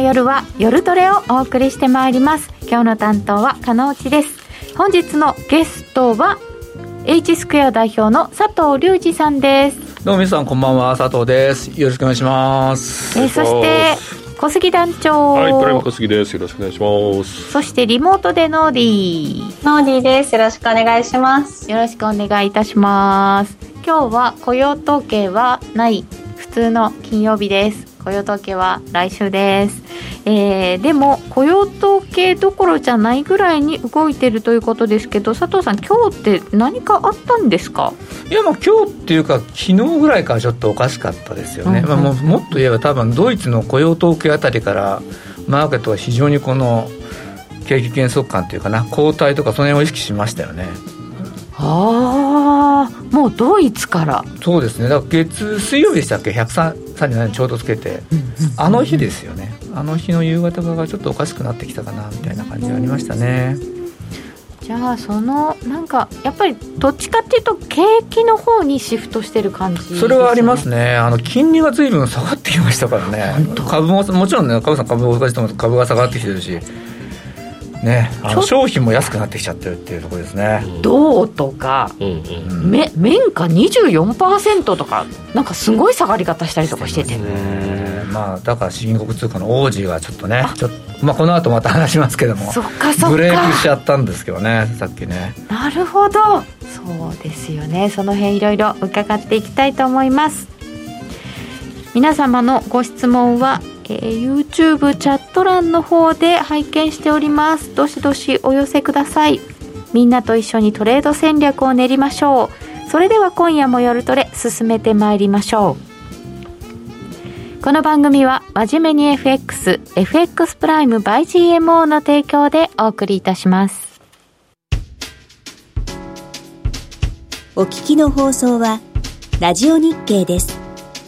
夜は夜トレをお送りしてまいります。今日の担当は加納内です。本日のゲストは H スクエア代表の佐藤隆二さんです。 どうも皆さんこんばんは、佐藤です。よろしくお願いします。 そして小杉団長。 はい、プライム小杉です。よろしくお願いします。 そしてリモートでノーディーです。よろしくお願いします。 よろしくお願いいたします。今日は雇用統計はない普通の金曜日です。雇用統計は来週です。でも雇用統計どころじゃないぐらいに動いてるということですけど、佐藤さん今日って何かあったんですか？ いや、今日っていうか昨日ぐらいからちょっとおかしかったですよね。もっと言えば多分ドイツの雇用統計あたりからマーケットは非常にこの景気減速感というかな、後退とかその辺を意識しましたよね。 もうドイツから。 そうですね。だから水曜日でしたっけ、137円ちょうどつけて、あの日ですよね。あの日の夕方がちょっとおかしくなってきたかなみたいな感じがありましたね。 じゃあなんかやっぱりどっちかっていうと景気の方にシフトしてる感じですよね。 それはありますね。金利が随分下がってきましたからね。株ももちろんね、株おかしいと思うと株が下がってきてるしね、商品も安くなってきちゃってるっていうところですね。 銅とか、綿価 24% とかなんかすごい下がり方したりとかしてて、 だから新興通貨のオージーがちょっとね、この後また話しますけども、ブレーキしちゃったんですけどね、さっきね。 なるほど、そうですよね。その辺いろいろ伺っていきたいと思います。皆様のご質問はYouTube チャット欄の方で拝見しております。どしどしお寄せください。みんなと一緒にトレード戦略を練りましょう。それでは今夜も夜トレ進めてまいりましょう。この番組は真面目に FX プライム by GMO の提供でお送りいたします。 お聞きの放送はラジオ日経です。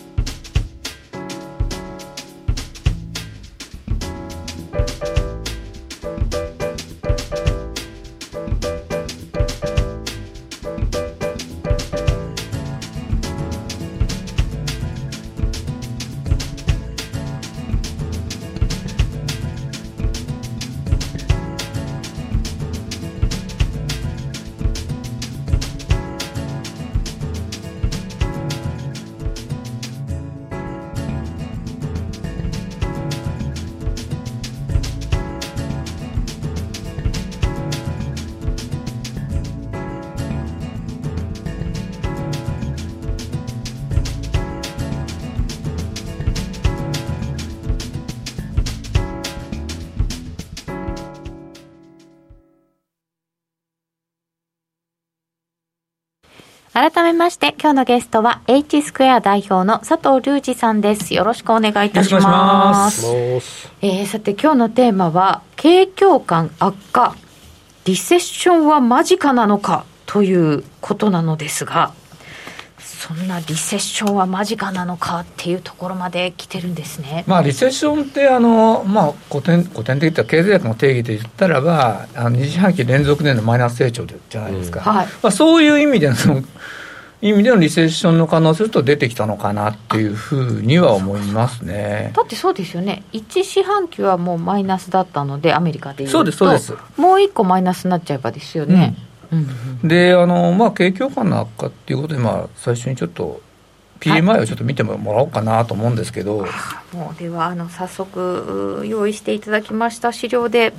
改めまして今日のゲストは H スクエア代表の佐藤隆二さんです。よろしくお願いいたします。さて今日のテーマは景況感悪化、リセッションは間近なのかということなのですが、そんなリセッションは間近なのかっていうところまで来てるんですね。 リセッションって古典的な経済学の定義で言ったらば2四半期連続でのマイナス成長じゃないですか、そういう意味でのリセッションの可能性と出てきたのかなっていうふうには思いますね。 だってそうですよね。1四半期はもうマイナスだったのでアメリカでいうと、 そうですもう1個マイナスになっちゃえばですよね、 で景況感の悪化っていうことで、最初にちょっと PMI をちょっと見てもらおうかなと思うんですけど、 もうでは早速用意していただきました資料で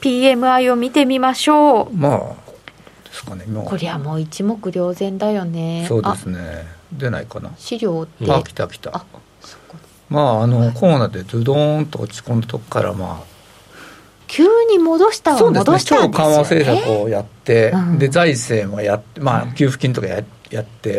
PMI を見てみましょう。 ですかね。 こりゃもう一目瞭然だよね。 そうですね。出ないかな。 資料って来たそこコーナーでズドーンと落ち込んだとこから急に戻したは戻したんですよね。 超緩和政策をやって、で財政もやって、給付金とかやって、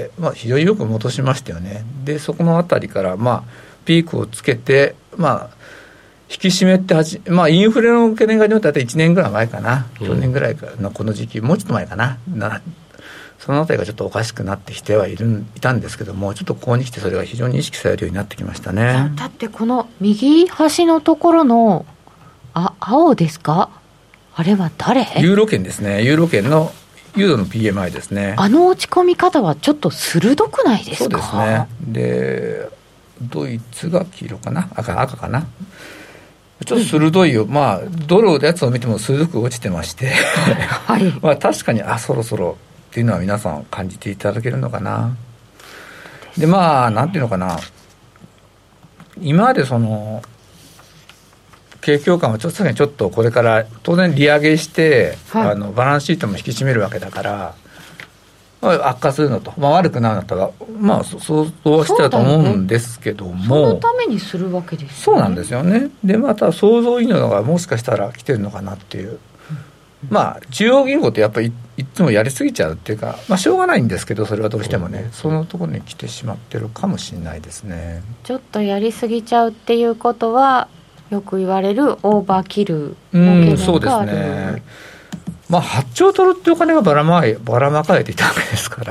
非常によく戻しましたよね。でそこのあたりからピークをつけて引き締めってインフレの懸念が出たって1年ぐらい前かな、去年ぐらいのこの時期、もうちょっと前かな、そのあたりがちょっとおかしくなってきていたんですけども、ちょっとここに来てそれが非常に意識されるようになってきましたね。 だってこの右端のところの青ですか、あれは誰？ ユーロ圏ですね。ユーロ圏のユーロの PMI ですね。 落ち込み方はちょっと鋭くないですか？ そうですね。でドイツが黄色かな、赤かな。 ちょっと鋭いよ、まあドルのやつを見ても鋭く落ちてまして、 はい、 まあ確かにそろそろっていうのは皆さん感じていただけるのかな。でまあなんていうのかな、今までその景況感はちょっとこれから当然利上げして、はい、バランスシートも引き締めるわけだから、まあ、悪化するのと、まあ、悪くなるのと、まあ、想像してたと思うんですけども、 そのためにするわけですよね。 そうなんですよね。でまた想像以上のがもしかしたら来てるのかなっていう、まあ中央銀行ってやっぱりいつもやりすぎちゃうっていうか、まあ、しょうがないんですけど、それはどうしてもね、そのところに来てしまってるかもしれないですね。 ちょっとやりすぎちゃうっていうことはよく言われるオーバーキルの懸念がある。 そうですね。まあ、8兆ドルってお金がばらまかれていたわけですから、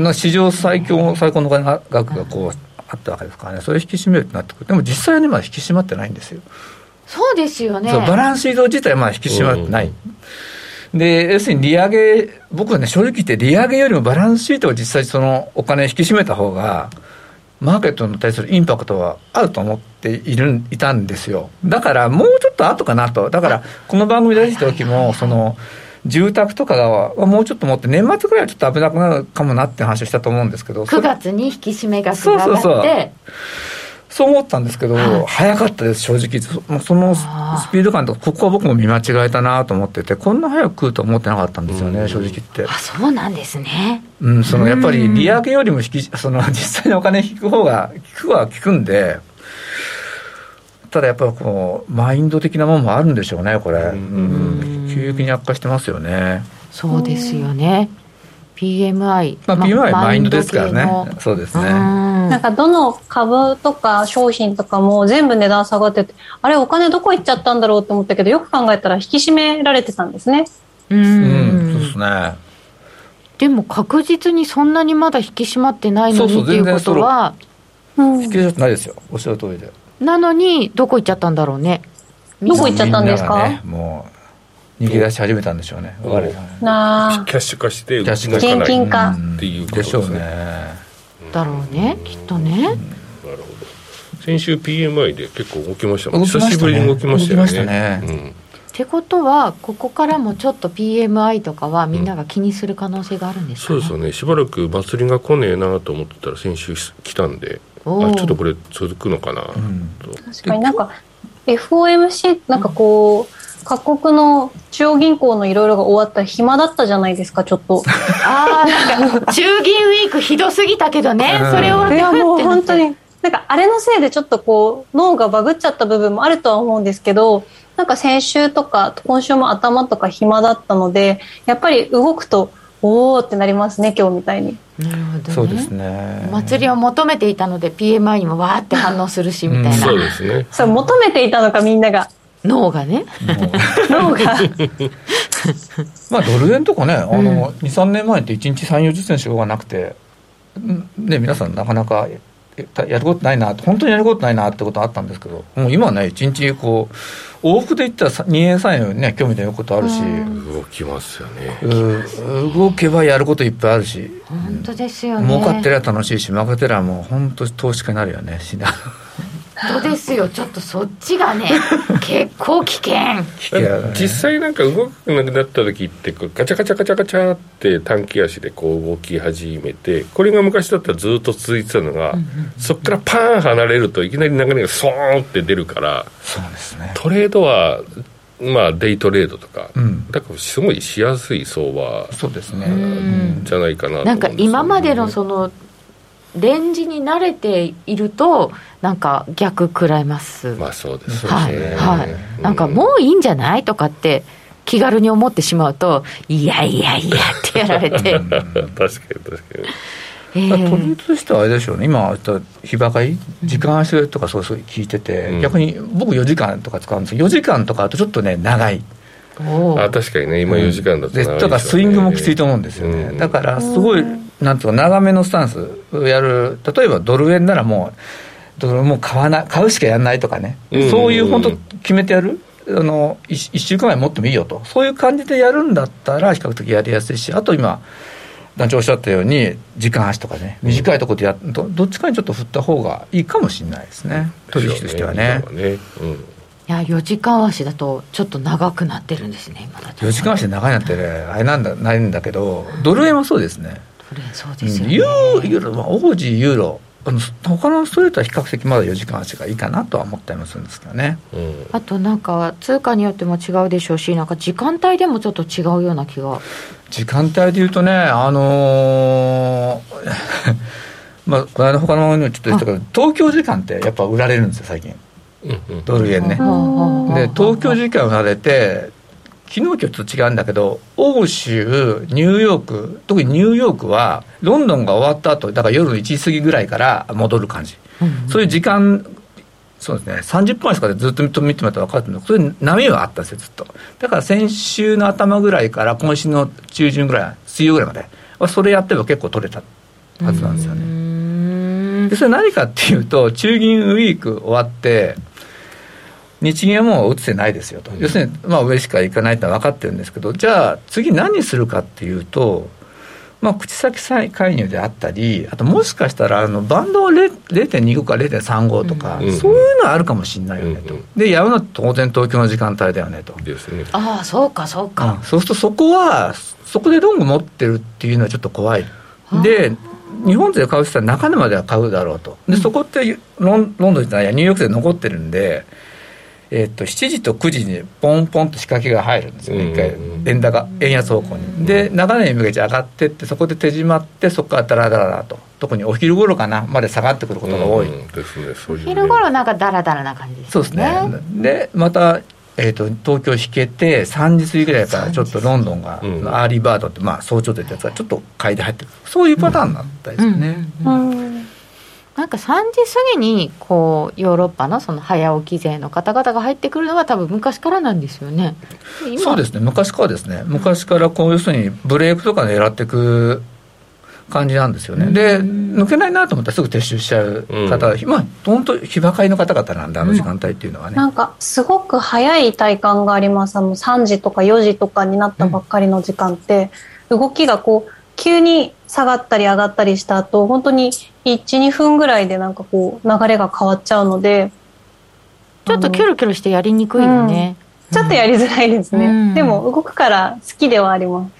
史上最高のお金額がこうあったわけですからね、それを引き締めるとなってくる。でも実際はね、まだ引き締まってないんですよ。 そうですよね。 そう、バランスシート自体はまだ引き締まってない、で要するに利上げ、僕はね正直言って利上げよりもバランスシートを実際そのお金を引き締めた方がマーケットに対するインパクトはあると思っていたんですよ。だからもうちょっと後かなと。だからこの番組出した時もその住宅とかはもうちょっと持って年末ぐらいはちょっと危なくなるかもなって話をしたと思うんですけど、 9月に引き締め額が上がってそう思ったんですけど、早かったです正直。そのスピード感とここは僕も見間違えたなと思ってて、こんな早く来ると思ってなかったんですよね、正直言って。 そうなんですね。 そのやっぱり利上げよりもその実際にお金引く方が効くんで、ただやっぱりこうマインド的なものもあるんでしょうね、これ。急激に悪化してますよね。 そうですよね。PMI、 PMI はマインドですからね。そうですね。 なんかどの株とか商品とかも全部値段下がってて、あれお金どこ行っちゃったんだろうと思ったけど、よく考えたら引き締められてたんですね。 そうですね。 でも確実にそんなにまだ引き締まってないのにっていうことは、 引き締まってないですよ、おっしゃる通りで。 なのにどこ行っちゃったんだろうね。 どこ行っちゃったんですか。 ね、もう逃げ出し始めたんでしょうね。 キャッシュ化して動かない現金化っていうことですね。 だろうね、きっとね。なるほど。先週 PMI で結構動きましたもんね。久しぶりに動きましたよね。 ってことはここからもちょっと PMI とかはみんなが気にする可能性があるんですかね。 そうですよね。しばらく祭りが来ねえなと思ってたら先週来たんで、ちょっとこれ続くのかなと。 確かになんか FOMC なんかこう各国の中央銀行のいろいろが終わったら暇だったじゃないですか、ちょっと。 なんか中銀ウィークひどすぎたけどね、それをいやもう本当になんかあれのせいでちょっとこう脳がバグっちゃった部分もあるとは思うんですけど、なんか先週とか今週も頭とか暇だったので、やっぱり動くとおーってなりますね、今日みたいに。 なるほどね。 そうですね。 祭りを求めていたので PMI にもわーって反応するしみたいな。 そうですね。 そう求めていたのかみんなが。 脳がね。 脳が。 まあドル円とかね、2、3年前って1日3、40銭しようがなくて、ね、皆さんなかなかやることないな、本当にやることないなってことあったんですけど、もう今はね、1日こう往復でいったら2円3円ね、興味のあることあるし、 動きますよね。 動けばやることいっぱいあるし、 本当ですよね。 儲かってりゃ楽しいし、負けてりゃもう本当投資家になるよね。 本当ですよ。ちょっとそっちがね結構危険。 実際なんか動かなくなった時ってガチャガチャガチャガチャって短期足でこう動き始めて、これが昔だったらずっと続いてたのが、そこからパーン離れるといきなり流れがソーンって出るから、 そうですね、 トレードはまあデイトレードとか、だからすごいしやすい相場そうですね、 じゃないかなと思うんですよね。 なんか今までのそのレンジに慣れているとなんか逆食らいます。 まあそうですね。 はい、なんかもういいんじゃないとかって気軽に思ってしまうと、いやいやいやってやられて確かに確かに。 トレードとしてはあれでしょうね。今日ばかり時間足とかそう聞いてて、逆に僕4時間とか使うんですけど、4時間とかだとちょっとね長い。 確かにね、今4時間だと長いですよね。 だからスイングもきついと思うんですよね。だからすごいなんとか長めのスタンスをやる。例えばドル円ならもう買うしかやらないとかね、そういう本当決めてやる。1週間前持ってもいいよと、そういう感じでやるんだったら比較的やりやすいし、あと今団長おっしゃったように時間足とかね、短いところでやるとどっちかにちょっと振った方がいいかもしれないですね、取引としてはね。 いや4時間足だとちょっと長くなってるんですね今だと。 4時間足で長いなってあれないんだけど、ドル円もそうですね。 ドル円そうですよね。 ユーロ、オージーユーロ他のストレートは比較的まだ4時間足がいいかなとは思ったりもするんですけどね、 あとなんか通貨によっても違うでしょうし、なんか時間帯でもちょっと違うような気が。 時間帯でいうとねまあこの間他のにちょっと言ったけど、東京時間ってやっぱ売られるんですよ最近、ドル円ね。で東京時間売られて、昨日今日ちょっと違うんだけど、欧州ニューヨーク、特にニューヨークはロンドンが終わった後だから夜の1時過ぎぐらいから戻る感じ、そういう時間、そうですね、30分足とかでずっと見てもらったら分かるんだけど、そういう波はあったんですよずっと。だから先週の頭ぐらいから今週の中旬ぐらい、水曜ぐらいまでそれやってば結構取れたはずなんですよね。でそれ何かっていうと、中銀ウィーク終わって日銀はもう打つてないですよと、要するにまあ上しか行かないってのは分かってるんですけど、じゃあ次何するかっていうと、まあ、口先介入であったり、あともしかしたらバンドを 0.25 か 0.35 とか、そういうのはあるかもしれないよねと。でやるのは当然東京の時間帯だよねとですね。 ああそうかそうか、 そうするとそこでロング持ってるっていうのはちょっと怖い。で日本勢買う人は中根までは買うだろうと。でそこってロンドンじゃないやニューヨークで残ってるんで、7時と9時にポンポンと仕掛けが入るんですよね、一回円高円安方向に。で長値に向けて上がってって、そこで手締まって、そこからダラダラと、特にお昼頃かなまで下がってくることが多いですね。そういうね、 お昼頃なんかダラダラな感じですね。 そうですね。でまた東京引けて3時過ぎぐらいからちょっとロンドンが、アーリーバードって、まあ、早朝といったやつがちょっと買いで入ってくる、そういうパターンだったですよね。 なんか3時過ぎにこうヨーロッパのその早起き勢の方々が入ってくるのは多分昔からなんですよね。 そうですね、昔からですね。昔からこう要するにブレイクとか狙っていく感じなんですよね。で抜けないなと思ったらすぐ撤収しちゃう方が、まあ本当日ばかりの方々なんで、時間帯っていうのはね、 なんかすごく早い体感があります。3時とか4時とかになったばっかりの時間って、動きがこう急に下がったり上がったりした後、本当に 1,2 分ぐらいでなんかこう流れが変わっちゃうので、 ちょっとキョロキョロしてやりにくいよね、 ちょっとやりづらいですね、でも動くから好きではあります。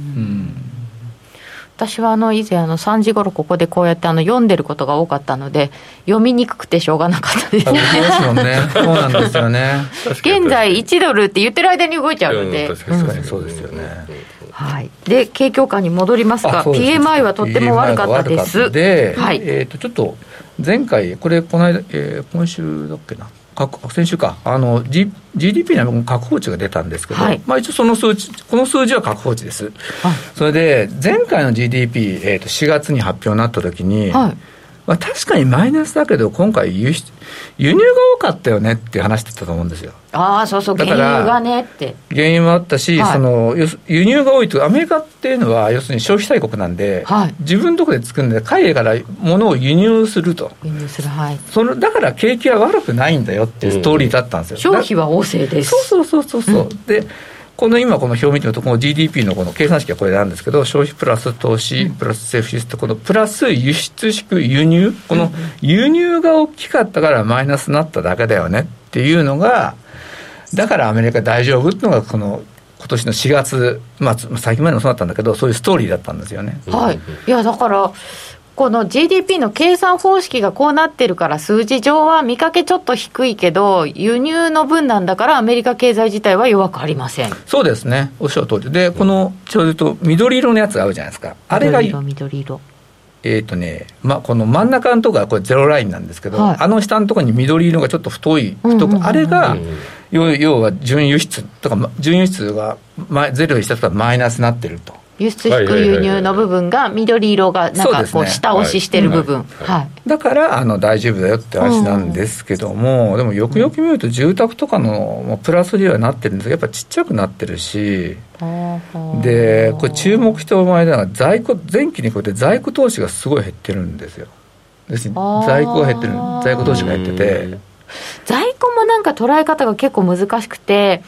私は以前3時頃ここでこうやって読んでることが多かったので読みにくくてしょうがなかったです。 そうなんですよね。 現在1ドルって言ってる間に動いちゃうので、 確かにそうですよね。 はい、で景況感に戻りますが、PMI はとっても悪かったです。 で、ちょっと前回この間、今週だっけな、先週かGDP の確報値が出たんですけど、まあ、一応この数字は確報値です。それで前回の GDP、4月に発表になった時に、まあ、確かにマイナスだけど今回輸入が多かったよねっていう話してたと思うんですよ。 そうそう、原油がねって。 原油もあったし、輸入が多いと、アメリカっていうのは要するに消費大国なんで、自分のところで作るんで海外から物を輸入すると、だから景気は悪くないんだよっていうストーリーだったんですよ。 消費は旺盛です。 そう、で今この表を見てみると、この GDP のこの計算式はこれなんですけど、消費プラス投資プラス政府支出と、このプラス輸出引く輸入、この輸入が大きかったからマイナスになっただけだよねっていうのが、だからアメリカ大丈夫っていうのが今年の4月、まあ先までもそうだったんだけど、そういうストーリーだったんですよね。 いやだからこの GDP の計算方式がこうなってるから、数字上は見かけちょっと低いけど輸入の分なんだからアメリカ経済自体は弱くありません。 そうですね、おっしゃる通りで、このちょうど緑色のやつがあるじゃないですか、あれが緑色この真ん中のところはこれゼロラインなんですけど、下のところに緑色がちょっと太く、あれが要は純輸出とか、純輸出がゼロにしたとかマイナスになってると。 輸出引く輸入の部分が緑色がなんかこう下押ししてる部分、 だから大丈夫だよって話なんですけども、でもよくよく見ると住宅とかのプラスにはなってるんですが、やっぱちっちゃくなってるし、でこれ注目してお前だが前期にこうやって在庫投資がすごい減ってるんですよ。在庫が減ってる、在庫投資が減ってて、 在庫もなんか捉え方が結構難しくて、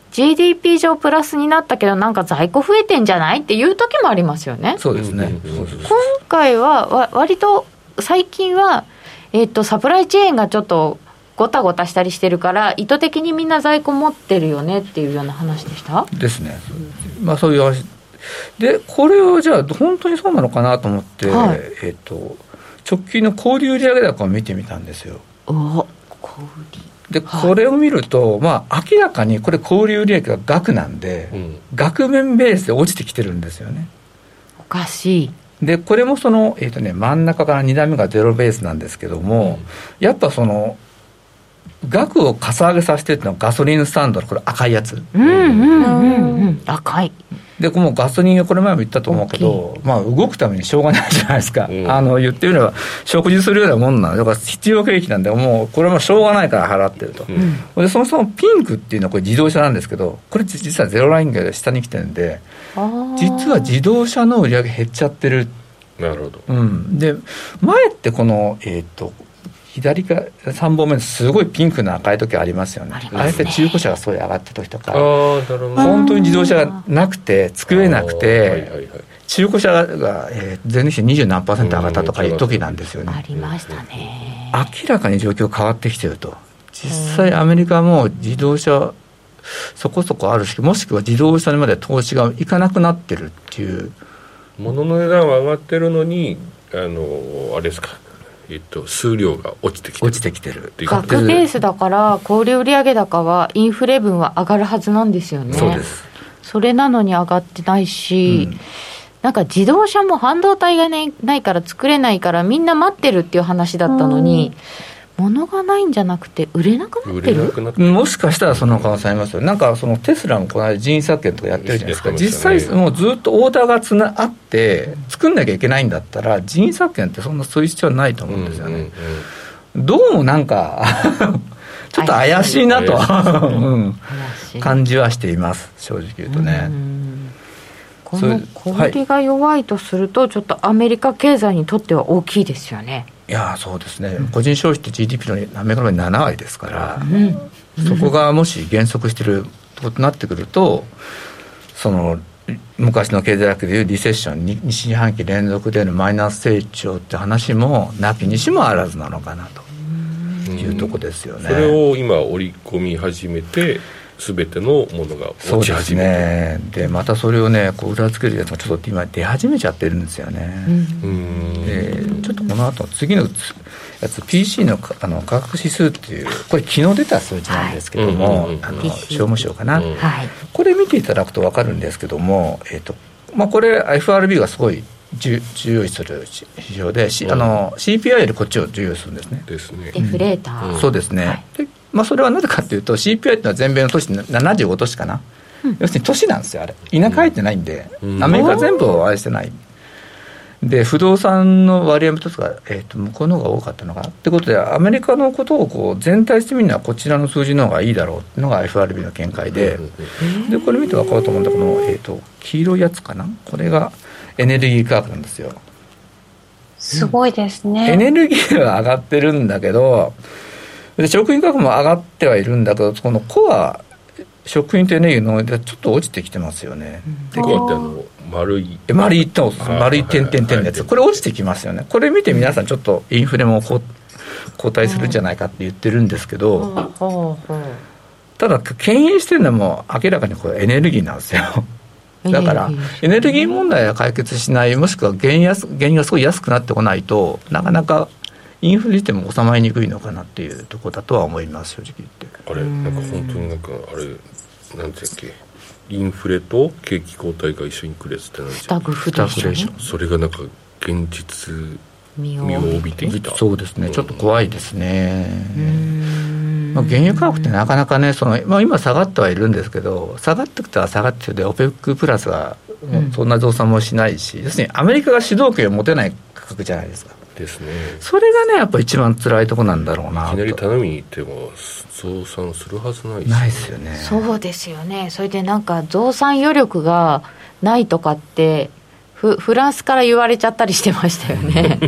GDP 上プラスになったけどなんか在庫増えてんじゃないっていう時もありますよね。 そうですね、 今回は割と最近は、サプライチェーンがちょっとごたごたしたりしてるから意図的にみんな在庫持ってるよねっていうような話でしたですね。まあそういう話で、これをじゃあ本当にそうなのかなと思って、はい、直近の小売売上高を見てみたんですよ。 小売でこれを見ると、まあ、明らかにこれ小売売上が額なんで、額面ベースで落ちてきてるんですよね。 おかしい。 でこれもその、真ん中から2段目がゼロベースなんですけども、やっぱその額をかさ上げさせてるのはガソリンスタンドのこれ赤いやつ、 赤いでもうガソリンはこれ前も言ったと思うけど、まあ、動くためにしょうがないじゃないですか、言ってみれば食事するようなもんなのだから必要経費なんでもうこれもしょうがないから払ってると、でそもそもピンクっていうのはこれ自動車なんですけど、これ実はゼロラインが下に来てるんで実は自動車の売り上げ減っちゃってる。 なるほど、 で前ってこの左か3本目のすごいピンクの赤い時ありますよね。あれって中古車がそういう上がった時とか、本当に自動車がなくて作れなくて、中古車が前年比20何%上がったとかいう時なんですよね。 ありましたね。 明らかに状況変わってきてると。実際アメリカも自動車そこそこあるし、もしくは自動車にまで投資がいかなくなってるっていう。 物の値段は上がってるのにあれですか、数量が落ちてきてる額ベースだから小売売上高はインフレ分は上がるはずなんですよね。 そうです。 それなのに上がってないし、なんか自動車も半導体が、ないから作れないからみんな待ってるっていう話だったのに、物がないんじゃなくて売れなくなってる。 もしかしたらその可能性ありますよ。なんかそのテスラもこの間人員削減とかやってるじゃないですか。実際もうずっとオーダーがあって作んなきゃいけないんだったら人員削減ってそういう必要はないと思うんですよね。どうもなんかちょっと怪しいなと感じはしています、正直言うとね。 この小売が弱いとするとちょっとアメリカ経済にとっては大きいですよね。 いやそうですね、個人消費って GDP のアメリカの7割ですから、そこがもし減速してることになってくると、その昔の経済学でいうリセッション2四半期連続でのマイナス成長って話もなきにしもあらずなのかなというとこですよね。 それを今織り込み始めて全てのものが落ち始めて、そうですね。 でまたそれをねこう裏付けるやつがちょっと今出始めちゃってるんですよね。でちょっとこの後次のやつ PC の価格指数っていうこれ昨日出た数字なんですけども、商務省かな、これ見ていただくと分かるんですけども、これ FRB がすごい重要視する指標で、CPI よりこっちを重要視するんですね。 デフレーター、 そうですね。でそれはなぜかというと CPI っていうのは全米の都市75都市かな、要するに都市なんですよ。あれ田舎入ってないんで、アメリカ全部を愛してないで、不動産の割合も一つが、向こうの方が多かったのかなってことで、アメリカのことをこう全体してみるのはこちらの数字の方がいいだろうっていうのが FRB の見解で、でこれ見て分かると思うんだけど、黄色いやつかな、これがエネルギー価格なんですよ。 すごいですね。 エネルギーは上がってるんだけど、で食品価格も上がってはいるんだけど、このコア食品とエネルギーのちょっと落ちてきてますよね。 コアって丸い点 々のやつ、これ落ちてきますよね。これ見て皆さんちょっとインフレも後退するんじゃないかって言ってるんですけど、ただ牽引してるのはもう明らかにこれエネルギーなんですよ。だからエネルギー問題は解決しない、もしくは原油がすごい安くなってこないとなかなかインフレしても収まりにくいのかなっていうところだとは思います、正直言って。 あれなんか本当になんかあれなんていうっけ、インフレと景気後退が一緒に来るやつって何でしたっけ。 スタグフレーション。 それがなんか現実味を帯びてきた。 そうですね、ちょっと怖いですね。原油価格ってなかなかね、今下がってはいるんですけど、下がってきたら下がってきて OPEC プラスがそんな増産もしないし、要するにアメリカが主導権を持てない価格じゃないですか。 ですね。 それがねやっぱ一番辛いとこなんだろうな。 いきなり頼みに行っても増産するはずないですよね。 そうですよね。それでなんか増産余力がないとかってフランスから言われちゃったりしてましたよね。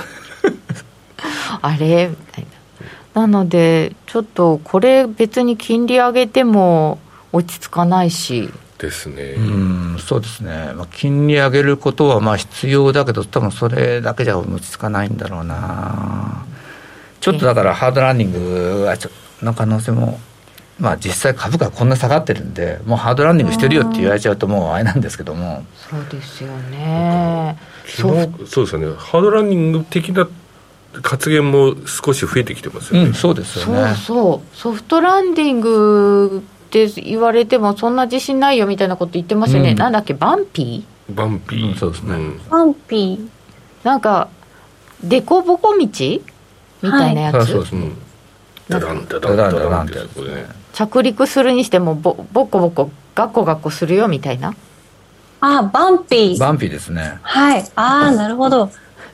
あれみたいな。なのでちょっとこれ別に金利上げても落ち着かないしですね。 そうですね、金利上げることは必要だけど多分それだけじゃ落ち着かないんだろうな。ちょっとだからハードランディングの可能性も、実際株価こんな下がってるんでもうハードランディングしてるよって言われちゃうともうあれなんですけども。 そうですよね。 そうですよね。ハードランディング的な発言も少し増えてきてますよね。 そうですよね。 ソフトランディングって言われてもそんな自信ないよみたいなこと言ってますよね。なんだっけ、バンピー、 そうですね、 バンピーなんかデコボコ道みたいなやつ、 そうですね、 ダダンダダンダダンってやつね。 着陸するにしてもボコボコガコガコするよみたいな。 バンピーですね。 はい。なるほど。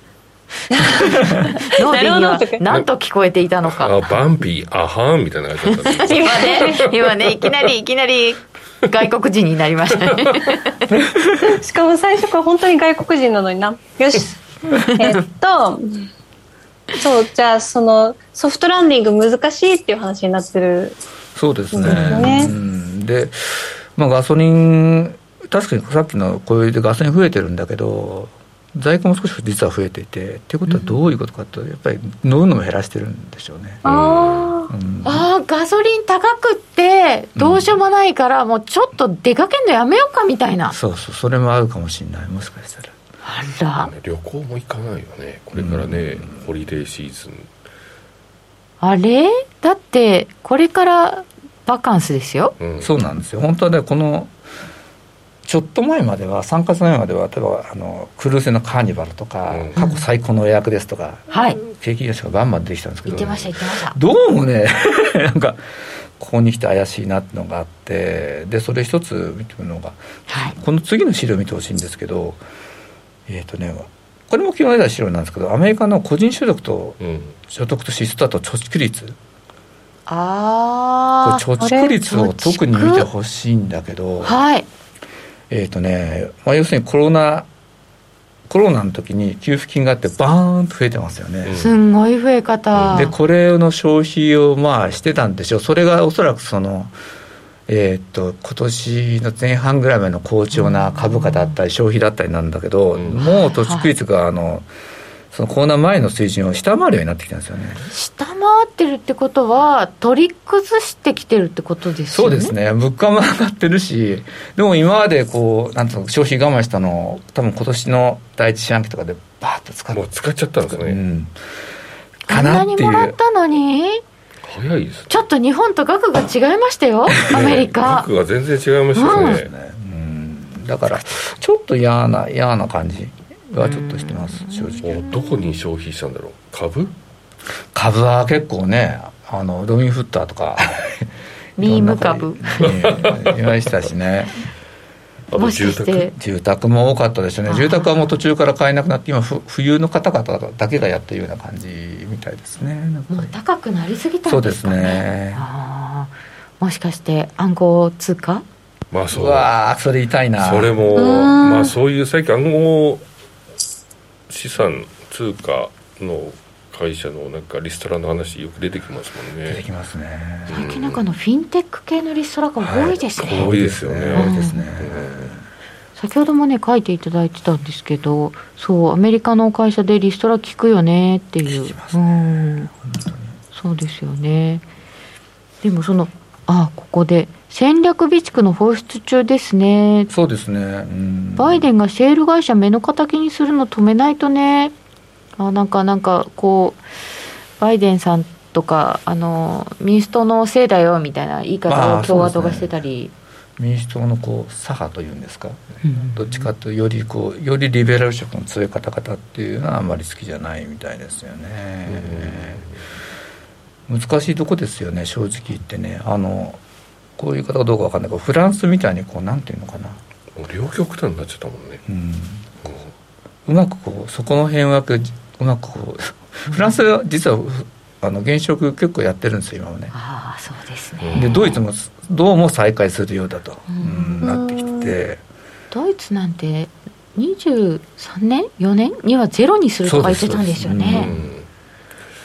脳でには何と聞こえていたのか。 バンピーアハンみたいな感じだった今ねいきなり外国人になりましたね。 しかも最初から本当に外国人なのにな。よし。そう、じゃあそのソフトランディング難しいっていう話になってる。 そうですね。で、ガソリン確かにさっきのこれでガソリン増えてるんだけど在庫も少し実は増えていてっていうことはどういうことかとやっぱり乗るのも減らしてるんでしょうね。 ガソリン高くってどうしようもないから、もうちょっと出かけるのやめようかみたいな。 それもあるかもしれない。もしかしたら旅行も行かないよねこれからね、ホリデーシーズン。 あれだってこれからバカンスですよ、 そうなんですよ。本当はねこのちょっと前までは3月前までは例えばクルーズ船のカーニバルとか、過去最高の予約ですとか、景気予測がバンバン出てきたんですけど、 言ってましたどうもねなんかここに来て怪しいなってのがあって、でそれ一つ見てみるのが、この次の資料を見てほしいんですけど、これも昨日出た資料なんですけど、アメリカの個人所得と、所得と支出とあと貯蓄率、これ貯蓄率を特に見てほしいんだけど、要するにコロナの時に給付金があってバーンと増えてますよね。 すんごい増え方でこれの消費をしてたんでしょう。それがおそらくその今年の前半ぐらいまでの好調な株価だったり消費だったりなんだけど、もう貯蓄率がそのコロナ前の水準を下回るようになってきたんですよね。 下回ってるってことは取り崩してきてるってことですよね。 そうですね。物価も上がってるし、でも今までなんていうの消費我慢したのを多分今年の第一四半期とかでバーッと使っちゃったんですね。 あんなにもらったのに早いですね。 ちょっと日本と額が違いましたよアメリカ。 額が全然違いましたね。 だからちょっと嫌な感じがちょっとしてます正直。 どこに消費したんだろう。 株は結構ね、ロビンフッターとかビーム株いましたしね。 もしかして住宅も多かったですよね。住宅はもう途中から買えなくなって今冬の方々だけがやってるような感じみたいですね。 もう高くなりすぎたんですかね。 そうですね。 もしかして暗号通貨。 それ痛いな。 それもそういう最近暗号資産通貨の会社のなんかリストラの話よく出てきますもんね。 出てきますね。 最近なんかフィンテック系のリストラが多いですね。 多いですよね。 多いですね。 先ほどもね書いていただいてたんですけど、アメリカの会社でリストラ聞くよねっていう。そうですよね。でもここで戦略備蓄の放出中ですね。 そうですね。 バイデンがシェール会社目の敵にするの止めないとね。なんかこうバイデンさんとか民主党のせいだよみたいな言い方を共和党がしてたり、 民主党の左派というんですか、どっちかというとよりリベラル色の強い方々っていうのはあんまり好きじゃないみたいですよね。難しいとこですよね正直言ってね。こういう方がどうか分かんないけどフランスみたいになんていうのかな、 両極端になっちゃったもんね。 うまくそこの辺はうまくフランスは実は現職結構やってるんですよ今もね。 そうですね。 でドイツもどうも再開するようだと、なってきて、 ドイツなんて23年4年にはゼロにするとか言ってたんですよね。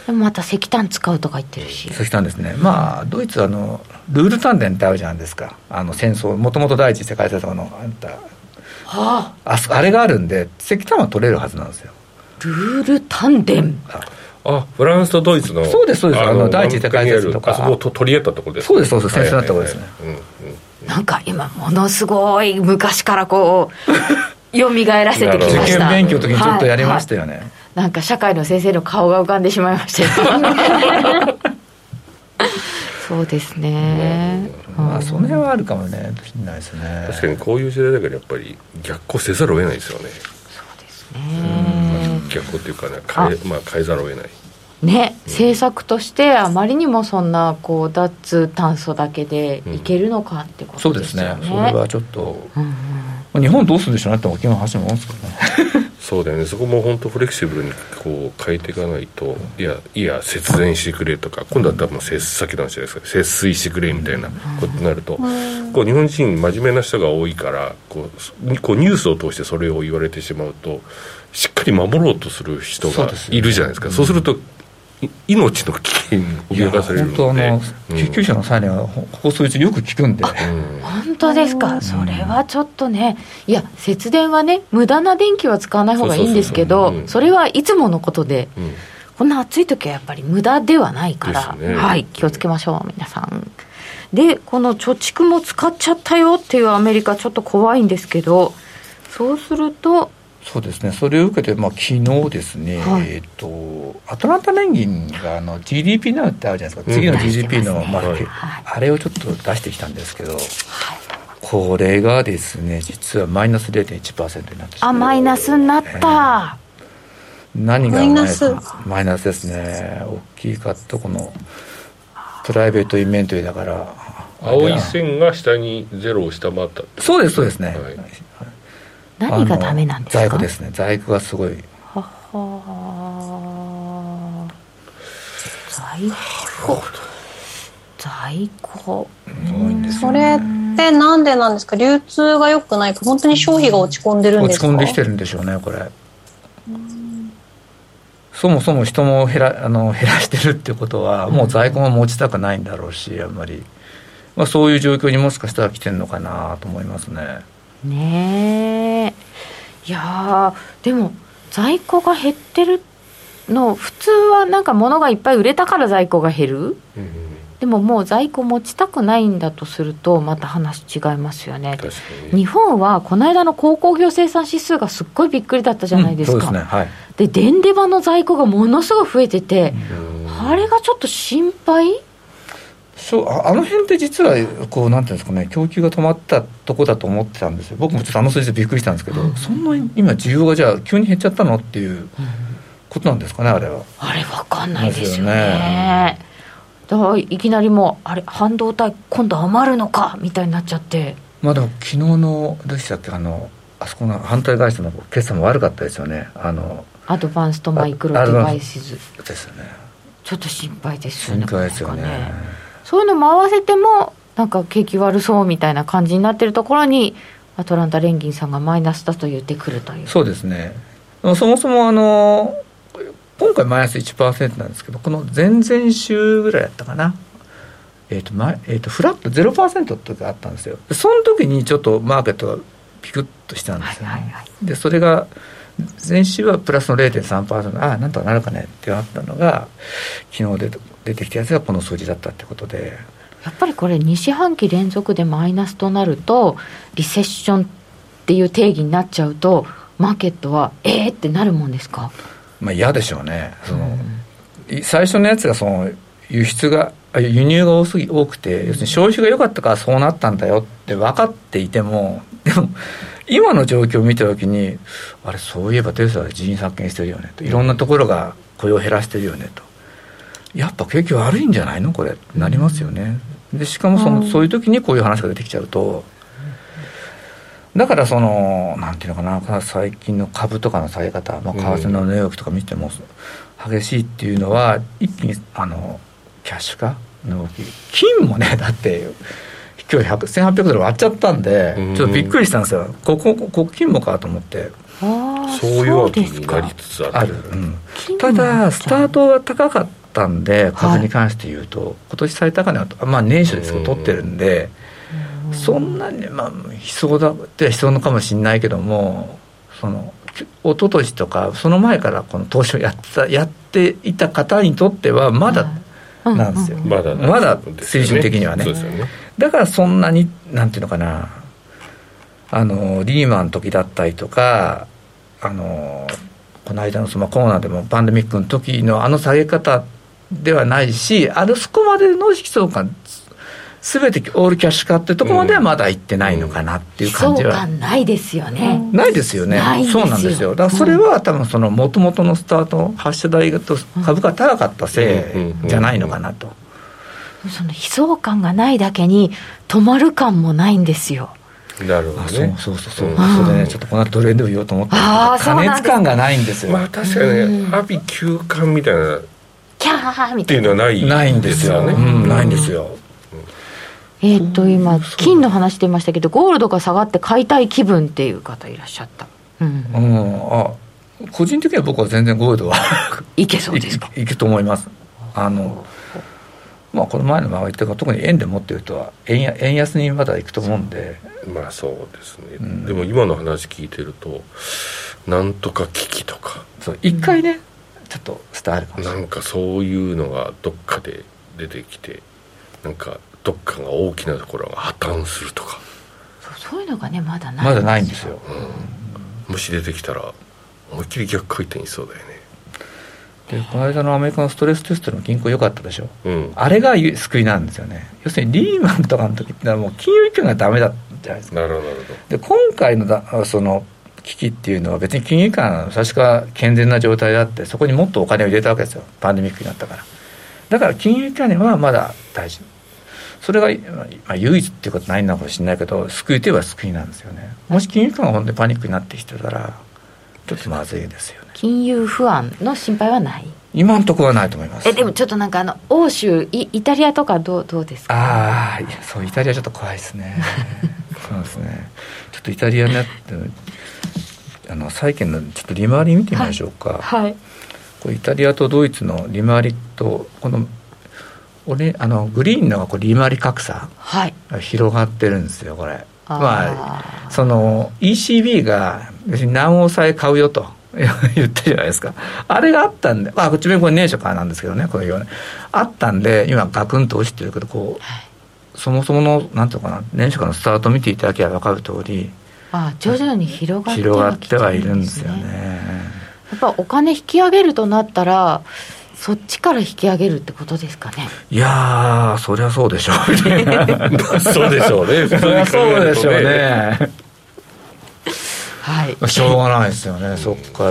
でもまた石炭使うとか言ってるし。 石炭ですね。まあドイツはルール炭田ってあるじゃないですか。戦争もともと第一次世界大戦のあれがあるんで石炭は取れるはずなんですよ。 ルール炭田。 フランスとドイツのそうですそうです。第一次世界大戦とかあそこを取り合ったところです、ね、 そうですそうです。戦争だったところですね。 なんか今ものすごい昔からこう蘇らせてきました。 受験勉強の時にちょっとやりましたよね、はいはい、 なんか社会の先生の顔が浮かんでしまいましたよそうですね、 まあその辺はあるかもねしれないですね。 確かにこういう時代だからやっぱり逆行せざるを得ないですよね。 そうですね、 逆行っていうかね変えざるを得ないね、政策としてあまりにもそんなこう脱炭素だけでいけるのかってことですよね、 そうですね。それはちょっと、日本どうするんでしょうねって沖縄発信も思うんですけどねそうだよね。そこも本当フレキシブルにこう変えていかないと、いや節電してくれとか、今度は多分さっきの話じゃないですか、節水してくれみたいなことになると、こう日本人真面目な人が多いからこうニュースを通してそれを言われてしまうと、しっかり守ろうとする人がいるじゃないですか。そうすると命の危険に脅かされるので、 救急車の際にはここ数日よく聞くんで、 本当ですか。それはちょっとね、いや節電はね無駄な電気は使わない方がいいんですけど、それはいつものことで、こんな暑い時はやっぱり無駄ではないから、はい、気をつけましょう皆さん。でこの貯蓄も使っちゃったよっていうアメリカちょっと怖いんですけど、そうするとそうですね、それを受けて、昨日ですね、はい、アトランタ連銀がGDP ナウってあるじゃないですか、次の GDP の、あれをちょっと出してきたんですけど、これがですね実はマイナス 0.1% になってしまう。 マイナスになった、 何がマイナスですね。大きかったこのプライベートインベントリーだから、 青い線が下にゼロを下回った。 そうですそうですね、はい、 何がダメなんですか。 在庫ですね。在庫がすごい。 在庫それってなんでなんですか。流通が良くないか、本当に消費が落ち込んでるんですか。 落ち込んできてるんでしょうねこれ。そもそも人も減らしてるってことは、もう在庫も持ちたくないんだろうし、あんまり、そういう状況にもしかしたら来てるのかなと思いますね。 ねえ、いやでも在庫が減ってるの普通はなんか物がいっぱい売れたから在庫が減る、でももう在庫持ちたくないんだとするとまた話違いますよね。日本はこの間の鉱工業生産指数がすっごいびっくりだったじゃないですか、 そうですね、はい、 で電デバの在庫がものすごい増えてて、あれがちょっと心配。 あの辺って実はこうなんていうんですかね、供給が止まったとこだと思ってたんですよ。僕もちょっと数字でびっくりしたんですけど、そんな今需要がじゃあ急に減っちゃったのっていうことなんですかね。あれは分かんないですよね。だからいきなりもう半導体今度余るのかみたいになっちゃって、 でも昨日のどうしたっけ、あそこの反対会社の決算も悪かったですよね。 アドバンストマイクロデバイスズですよね。ちょっと心配ですよね。 心配ですよね。 そういうのも合わせてもなんか景気悪そうみたいな感じになってるところにアトランタ連銀さんがマイナスだと言ってくるという。そうですね。 そもそも今回マイナス 1% なんですけど、この前々週ぐらいやったかな、フラット 0% とかあったんですよ。その時にちょっとマーケットがピクッとしたんですよね、でそれが前週はプラスの 0.3%、 なんとかなるかねってなったのが、昨日出てきたやつがこの数字だったってことで、 やっぱりこれ2四半期連続でマイナスとなるとリセッションっていう定義になっちゃうと、マーケットはってなるもんですか。 嫌でしょうね。最初のやつが輸入が多くて、要するに消費が良かったからそうなったんだよって分かっていても、でも今の状況を見たときに、そういえばテスラで人員削減してるよねと、いろんなところが雇用を減らしてるよねと、やっぱ景気悪いんじゃないのこれってなりますよね。でしかもそういう時にこういう話が出てきちゃうと、だからなんていうのかな、最近の株とかの下げ方、為替の値動きとか見ても激しいっていうのは、一気にキャッシュ化の動き、金もね、だって今日1800ドル割っちゃったんで、ちょっとびっくりしたんですよ。ここ金もかと思って。 そういうわけになりつつある。 ただスタートが高かったんで、株に関して言うと、今年最高値はまあ年初ですけど取ってるんで、そんなにまあ悲壮だって悲壮のかもしれないけども、その一昨年とかその前からこの投資をやっていた方にとってはまだなんですよ。まだ水準的にはね。だからそんなになんていうのかな、リーマンの時だったりとか、この間のコロナでもパンデミックの時の下げ方ではないし、そこまでの悲壮感全てオールキャッシュ化っていうところまではまだ行ってないのかなっていう感じは、 悲壮感ないですよね。 ないですよね。そうなんですよ。だからそれは多分その元々のスタート発射台と株価高かったせいじゃないのかなと。 その悲壮感がないだけに止まる感もないんですよ。 なるほどね。 そう、それね、ちょっとこの後トレンドを言おうと思ったんですけど、過熱感がないんですよ。 まあ確かにね、阿鼻休館みたいなキャーみたいなっていうのはないんですよね。 ないんですよ。 今金の話してましたけど、ゴールドが下がって買いたい気分っていう方いらっしゃった。 個人的には僕は全然ゴールドはいけそうですか。 いけと思います。まあ、この前のまま言ったが特に円で持っている人は円安にまだいくと思うんで、 まあそうですね、でも今の話聞いてるとなんとか危機とか一回ねちょっと伝わるかもしれない。 なんかそういうのがどっかで出てきて、なんかどっかが大きなところが破綻するとか、 そういうのがねまだないんですよ。 もし出てきたら思いっきり逆回転しそうだよね。 でこの間のアメリカのストレステストの銀行良かったでしょ、あれが救いなんですよね。要するにリーマンとかの時ってのはもう金融機関がダメだったじゃないですか。 なるほど。 で今回のその危機っていうのは別に金融機関は最初から健全な状態であって、そこにもっとお金を入れたわけですよ、パンデミックになったから。だから金融機関はまだ大事、それが、唯一っていうことないのかもしれないけど、救いといえば救いなんですよね。もし金融機関が本当にパニックになってきてたらちょっとまずいですよね。 金融不安の心配はない。 今のところはないと思います。 でもちょっとなんか欧州 イタリアとかどうですか。 そうイタリアちょっと怖いですねそうですね。ちょっとイタリアになって債券のちょっと利回り見てみましょうか。これイタリアとドイツの利回りとこのグリーンの利回り格差が広がってるんですよこれ。その ECB が別に何億債買うよと言ったじゃないですか。あれがあったんで、こっちもこれ年初からなんですけどね、これねあったんで今ガクンと落ちてるけど、そもそものなんていうかな、年初からのスタートを見ていただければ分かる通り、徐々に広がってはいるんですよね。 やっぱお金引き上げるとなったらそっちから引き上げるってことですかね。 いやそりゃそうでしょうねそうでしょうね。 そりゃそうでしょうねしょうがないですよね、そっから。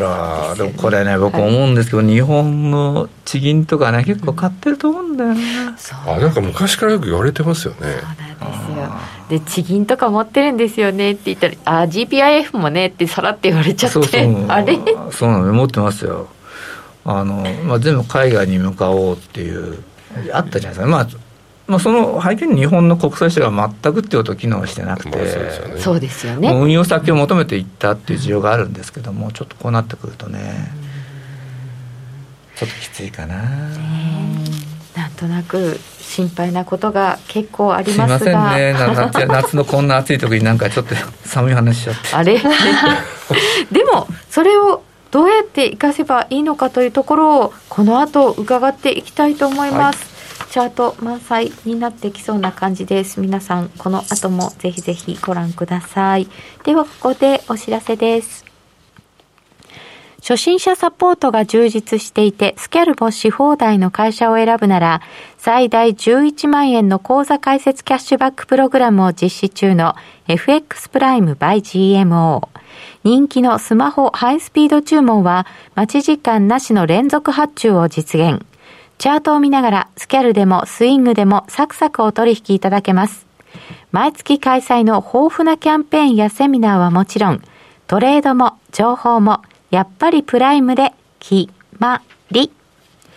でもこれね、僕思うんですけど、日本の地銀とかね結構買ってると思うんだよね。 なんか昔からよく言われてますよね。 そうなんですよ。で地銀とか持ってるんですよねって言ったら、GPIF もねってさらって言われちゃって、あれそうなの、持ってますよ。全部海外に向かおうっていうあったじゃないですか。その背景に日本の国際市場が全くってことを機能してなくて、 そうですよね。 運用先を求めていったっていう需要があるんですけども、ちょっとこうなってくるとねちょっときついかな。 なんとなく心配なことが結構ありますが、 すいませんね夏のこんな暑い時になんかちょっと寒い話しちゃってあれでもそれをどうやって活かせばいいのかというところをこの後伺っていきたいと思います。チャート満載になってきそうな感じです。皆さんこの後もぜひぜひご覧ください。ではここでお知らせです。初心者サポートが充実していてスキャルもし放題の会社を選ぶなら、最大11万円の口座開設キャッシュバックプログラムを実施中の FX プライム by GMO。人気のスマホハイスピード注文は待ち時間なしの連続発注を実現。チャートを見ながらスキャルでもスイングでもサクサクお取引いただけます。毎月開催の豊富なキャンペーンやセミナーはもちろん、トレードも情報もやっぱりプライムで決まり。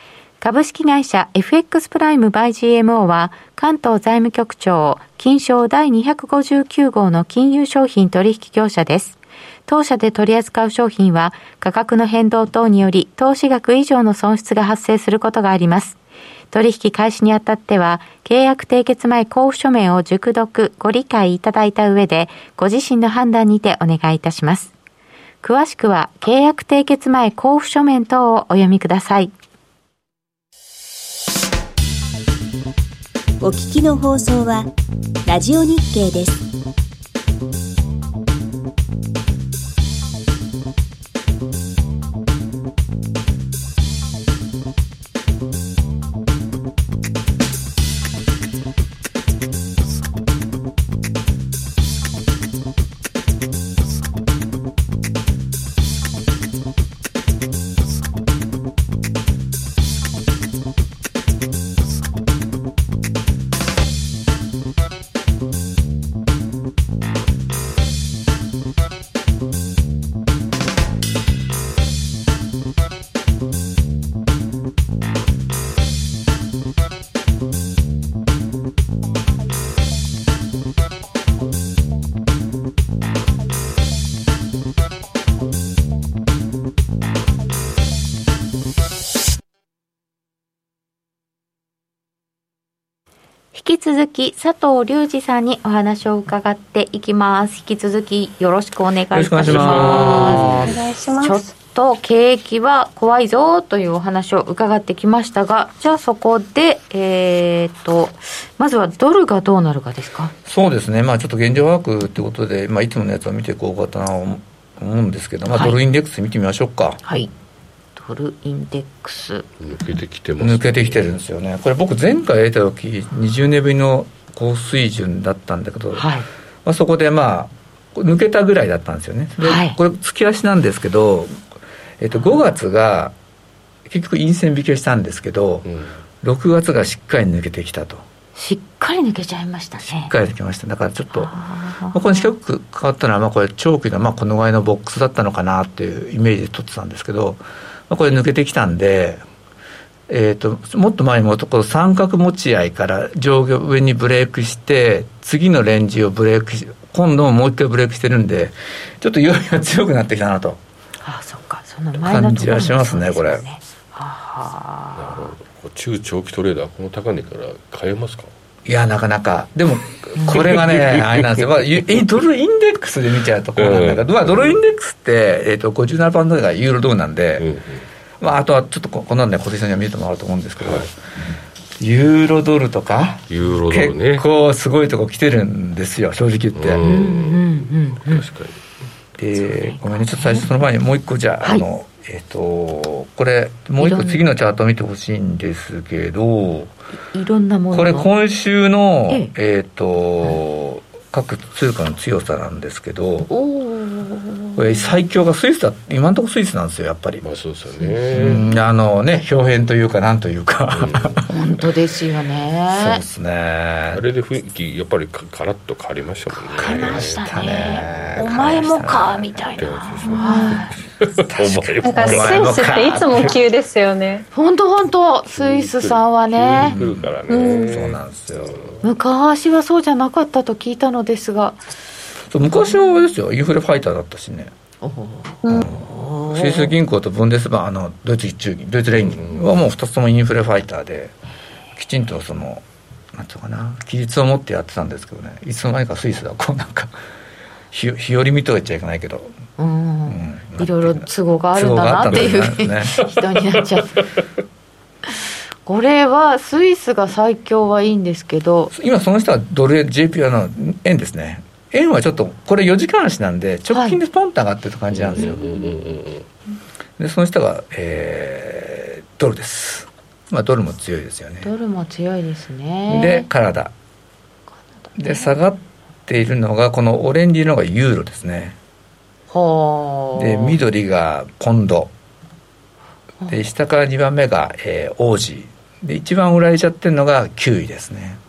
株式会社 FX プライムバイ GMO は関東財務局長金商第259号の金融商品取引業者です。当社で取り扱う商品は価格の変動等により投資額以上の損失が発生することがあります。取引開始にあたっては契約締結前交付書面を熟読ご理解いただいた上でご自身の判断にてお願いいたします。詳しくは契約締結前交付書面等をお読みください。 お聞きの放送はラジオ日経です。 引き続き佐藤隆二さんにお話を伺っていきます。引き続きよろしくお願いいたします。 お願いします。 ちょっと景気は怖いぞというお話を伺ってきましたが、じゃあそこでまずはドルがどうなるかですか。 そうですね、ちょっと現状把握ということで、いつものやつを見ていこうかと思うんですけど、ドルインデックス見てみましょうか。 はい、ドルインデックス抜けてきてますね。 抜けてきてるんですよね。これ僕前回得た時20年ぶりの高水準だったんだけど、そこで抜けたぐらいだったんですよね。で、これ月足なんですけど、5月が結局陰線引けしたんですけど、6月がしっかり抜けてきたと。 しっかり抜けちゃいましたね。 しっかり抜けました。だからちょっとこの四角く変わったのはこれ長期のこのぐらいのボックスだったのかなっていうイメージで取ってたんですけど、これ抜けてきたんで、もっと前にもこの三角持ち合いから上下上にブレイクして次のレンジをブレイクし、今度もう一回ブレイクしてるんで、ちょっと要因が強くなってきたなと。 そっか、その前のところ感じはしますね、これ。 なるほど。中長期トレーダーこの高値から買えますか。 いや、なかなか。でもこれがねあれなんですよ、ドルインデックスで見ちゃうところなんだけど、ドルインデックスって、57% がユーロドルなんで、あとはちょっとこんなんで小手さんには見てもらうと思うんですけど、ユーロドルとかユーロドル、ね、 結構すごいとこ来てるんですよ、正直言って。 確かに。 で、ごめんね、ちょっと最初その前にもう一個じゃあ、これもう一個次のチャートを見てほしいんですけど、 いろんなものこれ今週の、各通貨の強さなんですけど、これ最強がスイスだ。今のところスイスなんですよ、やっぱり。 そうですよね。 表変というかなんというか、 本当ですよね。 そうですね。 あれで雰囲気やっぱりカラッと変わりましたもんね。 変わりましたね。お前もかみたいな。 なんかスイスっていつも急ですよね。 本当スイスさんはね。 来るからね。 そうなんですよ。 昔はそうじゃなかったと聞いたのですが、 昔はあれですよ、インフレファイターだったしね。スイス銀行とブンデスバン、ドイツ中銀、ドイツ連銀はもう2つともインフレファイターで、きちんとなんていうのかな、規律を持ってやってたんですけどね、いつの間にかスイスはこうなんか日和見とは言っちゃいけないけど、 いろいろ都合があるんだなっていう人になっちゃう。これはスイスが最強はいいんですけど、 今その人はドル円 JP 円ですね。円はちょっとこれ4時間足なんで直近でポンと上がってる感じなんですよ。でその人が、ドルです。ドルも強いですよね。 ドルも強いですね。 でカナダで下がっているのがこのオレンジのがユーロですね。で緑がポンドで、下から2番目が、オージーで、一番売られちゃってるのが9位ですね。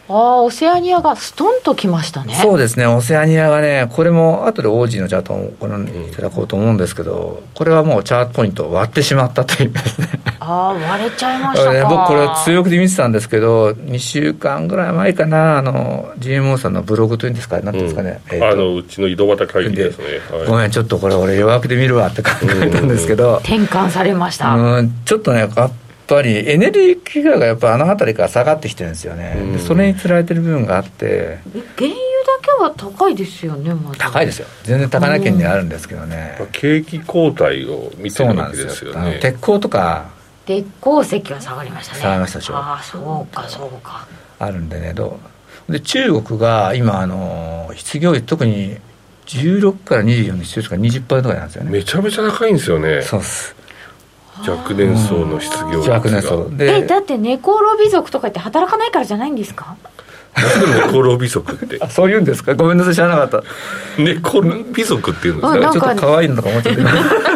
オセアニアがストンときましたね。 そうですね、オセアニアがね、これも後でオージーのチャートをご覧いただこうと思うんですけど、これはもうチャートポイントを割ってしまったというですね。 割れちゃいましたか。 僕これ強気で見てたんですけど、2週間ぐらい前かな、GMO さんのブログというんですか、なんていうんですかね、 うちの井戸端会議ですね、はい、 ごめんちょっとこれ俺弱気で見るわって考えたんですけど、 転換されました。 ちょっとねやっぱりエネルギー企業がやっぱ辺りから下がってきてるんですよね、でそれにつられてる部分があって、 原油だけは高いですよね、まず。 高いですよ、全然高値圏にあるんですけどね、 景気後退を見てるわけですよね。 鉄鋼とか鉄鉱石は下がりましたね。 下がりましたでしょ。 そうかそうか。 あるんでね、で中国が今失業率特に16から24の失業率が 20% とかなんですよね。 めちゃめちゃ高いんですよね。 そうです。 若年層の失業率が。 若年層でだって猫ロビ族とかって働かないからじゃないんですか？ 猫ロビ族ってそういうんですか？ごめんなさい、知らなかった。 猫ロビ族っていうんですか？ ちょっと可愛いのとか思っちゃって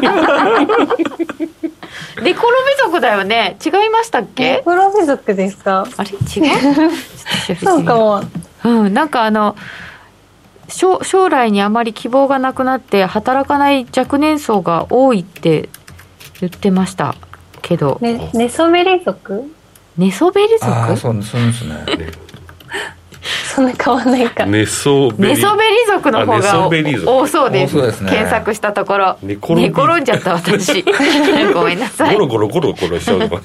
猫ロビ族だよね。違いましたっけ？ 猫ロビ族ですか？ あれ違うそうかも。 なんか将来にあまり希望がなくなって働かない若年層が多いって言ってましたけど、 寝そべり族？ 寝そべり族？ そうですねそんな変わんないか。 寝そべり族の方が多そうです。検索したところ寝転んじゃった私ごめんなさい。 ゴロゴロゴロゴロしちゃうのか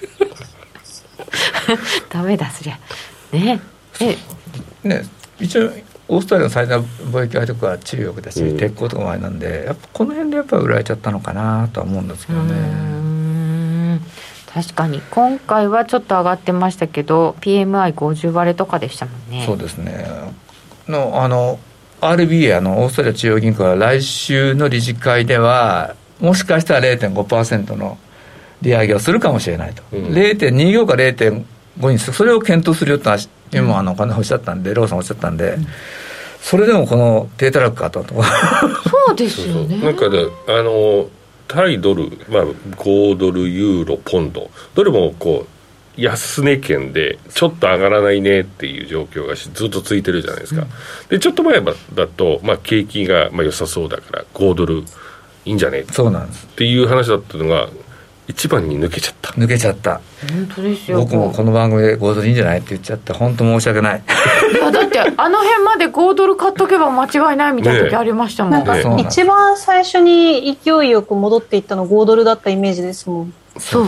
ダメだそりゃね。 一応オーストラリアの最大貿易相手国は中国だし、鉄鋼とか前なんで、やっぱこの辺でやっぱ売られちゃったのかなとは思うんですけどね。 確かに今回はちょっと上がってましたけど PMI50 割れとかでしたもんね。 そうですね。RBA オーストラリア中央銀行は来週の理事会ではもしかしたら 0.5% の利上げをするかもしれないと、0.25 か 0.5 にする、それを検討するよって今お金おっしゃったんで、ローさんおっしゃったんで、それでもこの低たらくかとそうですよね。 なんかね対ドル、5ドルユーロポンドどれもこう安値圏でちょっと上がらないねっていう状況がずっと続いてるじゃないですか、でちょっと前だと、景気が良さそうだから5ドルいいんじゃねそうなんですっていう話だったのが一番に抜けちゃった。 本当ですよ。 僕もこの番組で5ドルいいんじゃないって言っちゃって本当申し訳ない。 いやだって辺まで5ドル買っとけば間違いないみたいな時ありましたもん。 なんか一番最初に勢いよく戻っていったの5ドルだったイメージですもん。 そう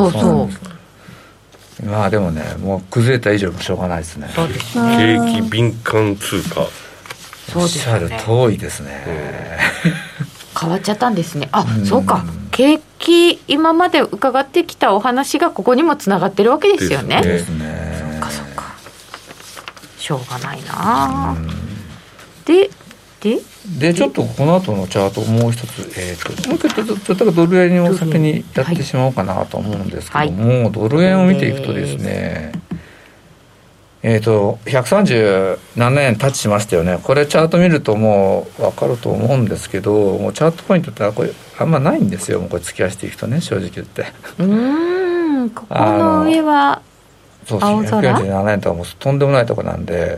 でもね、もう崩れた以上もしょうがないですね。 そうですね。 景気敏感通貨。 おっしゃる通りですね。 変わっちゃったんですね。そうか。景気今まで伺ってきたお話がここにもつながってるわけですよね。 ですね。 そうか。しょうがないな。 でちょっとこの後のチャートもう一つ、もう一回ちょっとドル円を先にやってしまおうかなと思うんですけども、ドル円を見ていくとですね、137円タッチしましたよね。これチャート見るともう分かると思うんですけど、もうチャートポイントってこれあんまないんですよ。もうこれ突き足していくとね、正直言ってここの上はそうですね、147円とかもうとんでもないとこなんで、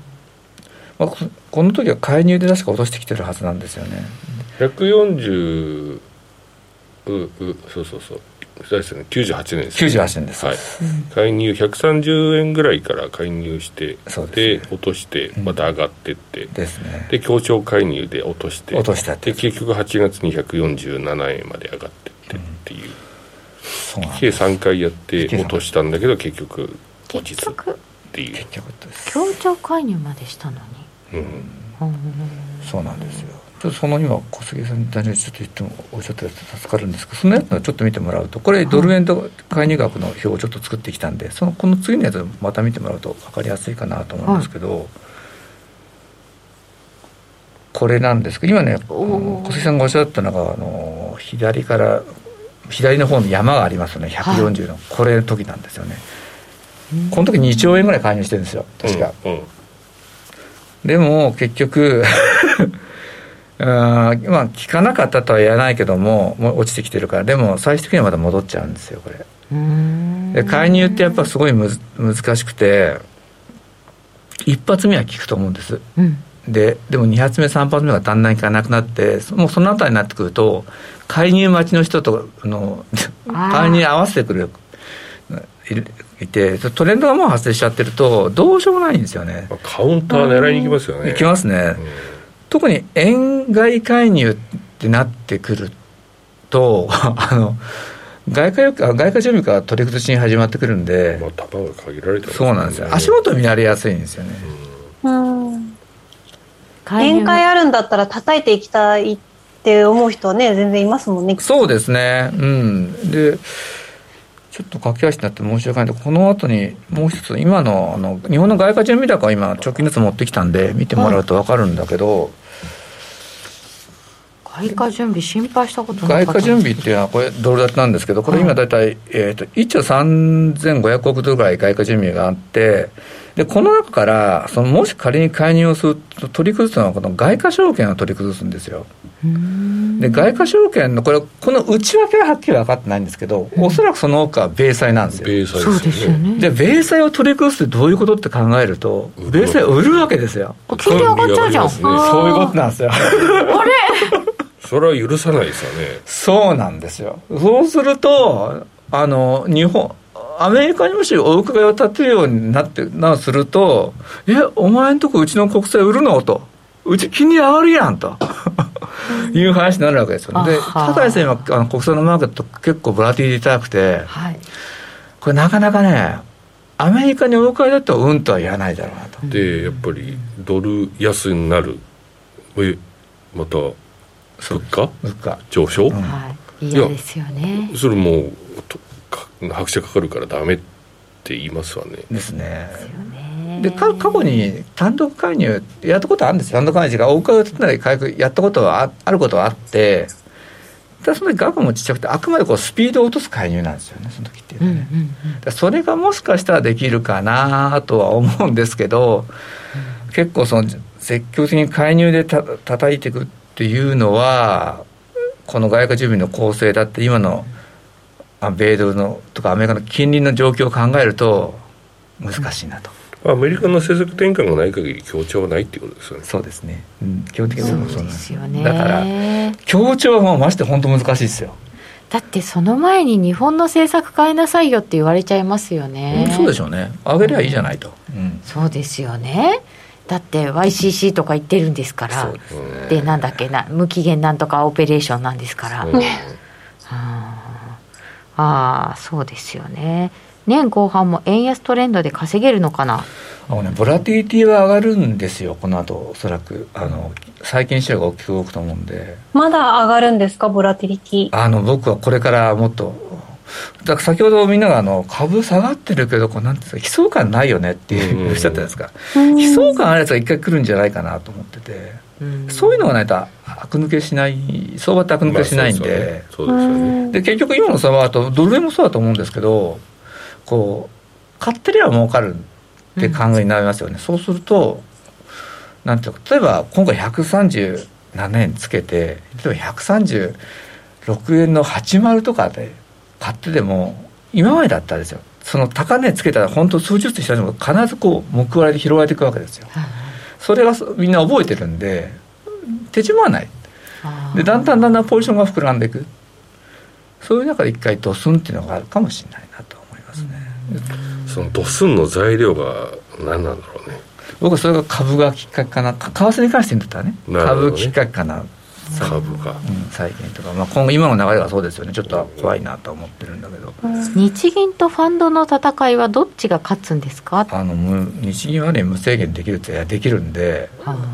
この時は介入で確か落としてきてるはずなんですよね。 140そうですね、98年ですね。 98年です、 はい、介入130円ぐらいから介入して、で落としてまた上がってって、 ですね。 で協調介入で落としてで結局8月に147円まで上がってってっていう、計3回やって落としたんだけど結局落ち着くっていう。 協調介入までしたのに、 そうなんですよ。ちょっとその今小杉さんにちょっと言ってもおっしゃってると助かるんですけど、そのやつをちょっと見てもらうと、これドル円と介入額の表をちょっと作ってきたんで、この次のやつをまた見てもらうと分かりやすいかなと思うんですけど、これなんですけど今ね、小杉さんがおっしゃったのが左の方の山がありますよね、140の、これの時なんですよね。この時2兆円ぐらい介入してるんですよ確か、でも結局効かなかったとは言わないけどもう落ちてきてるから、でも最終的にはまた戻っちゃうんですよこれ。で介入ってやっぱすごい難しくて、 1発目は効くと思うんです、 うん、 でも2発目3発目がだんだん効かなくなって、もうそのあたりになってくると介入待ちの人と介入合わせてくるいて、トレンドがもう発生しちゃってるとどうしようもないんですよね。 カウンター狙いに行きますよね。 行きますね、特に円買い介入ってなってくると外貨準備から取り崩しに始まってくるんで、 束が限られてますね。 そうなんですよ。足元見られやすいんですよね。 円買いあるんだったら叩いていきたいって思う人はね全然いますもんね。 そうですね、でちょっと駆け足になって申し訳ないので、この後にもう一つ今の日本の外貨準備高を今直近のやつ持ってきたんで見てもらうと分かるんだけど、 外貨準備心配したことなかった。 外貨準備っていうのはこれドル建てなんですけど、これ今だいたい1兆3500億ドルぐらい外貨準備があって、でこの中からもし仮に介入をすると取り崩すのはこの外貨証券を取り崩すんですよ。で外貨証券のこの内訳ははっきり分かってないんですけど、おそらくその多くは米債なんですよ。 米債ですよね。 そうですよね。 で米債を取り崩すってどういうことって考えると、米債を売るわけですよ。 金利上がっちゃうじゃん。 そういうことなんですよ。 あれそれは許さないですよね。 そうなんですよ。そうするとアメリカにもしお伺いを立てるようにすると、お前んとこうちの国債売るのと、うち金利上がるやんという話になるわけですよ。でただですね、今国債のマーケット結構ボラティリティ高くて、 はい、 これなかなかねアメリカにお伺いだととは言わないだろうなと。 でやっぱりドル安になる、また物価上昇、 はい、嫌ですよね。 それも拍車かかるからダメって言いますわね。 ですね。で過去に単独介入やったことあるんですよ。単独介入がお伺いを立てないやったことはあることはあって、ただその時額もちっちゃくてあくまでスピードを落とす介入なんですよね、その時っていうのはね、それがもしかしたらできるかなとは思うんですけど、結構積極的に介入で叩いていくっていうのはこの外貨準備の構成だって今の米ドルのとかアメリカの金利の状況を考えると難しいなと。 アメリカの政策転換がない限り協調はないっていうことですよね。 そうですね、基本的にそうなんですよね。 だから協調はもうまして本当難しいですよ。 だってその前に日本の政策変えなさいよって言われちゃいますよね。 そうでしょうね。上げりゃいいじゃないと、 そうですよね。だって YCC とか言ってるんですから。でなんだっけな、無期限なんとかオペレーションなんですから、そうですよね。年後半も円安トレンドで稼げるのかな。 ボラティリティは上がるんですよ、この後おそらく債券市場が大きく動くと思うんで。 まだ上がるんですか、ボラティリティ。 僕はこれからもっと、だから先ほどみんなが株下がってるけどなんていうか悲壮感ないよねっておっしゃったじゃないですか。悲壮感あるやつが一回来るんじゃないかなと思ってて、そういうのがないと悪抜けしない、相場って悪抜けしないんで、で結局今の相場だとドル円もそうだと思うんですけど、買ってりゃ儲かるって考えになりますよね。そうするとなんていうか、例えば今回137円つけて、例えば136円の80とかで買ってでも、今までだったらですよ、その高値つけたら本当数十つしたら必ず報われて拾われていくわけですよ。それがみんな覚えてるんで手締まわないで、だんだんポジションが膨らんでいく。そういう中で一回ドスンっていうのがあるかもしれないなと思いますね。 そのドスンの材料が何なんだろうね。 僕はそれが株がきっかけかな。為替に関して言うんだったらね、株きっかけかな。 株が、 債券とか、今後今の流れはそうですよね。ちょっと怖いなと思ってるんだけど、 日銀とファンドの戦いはどっちが勝つんですか。 日銀はね、無制限できるってできるんで、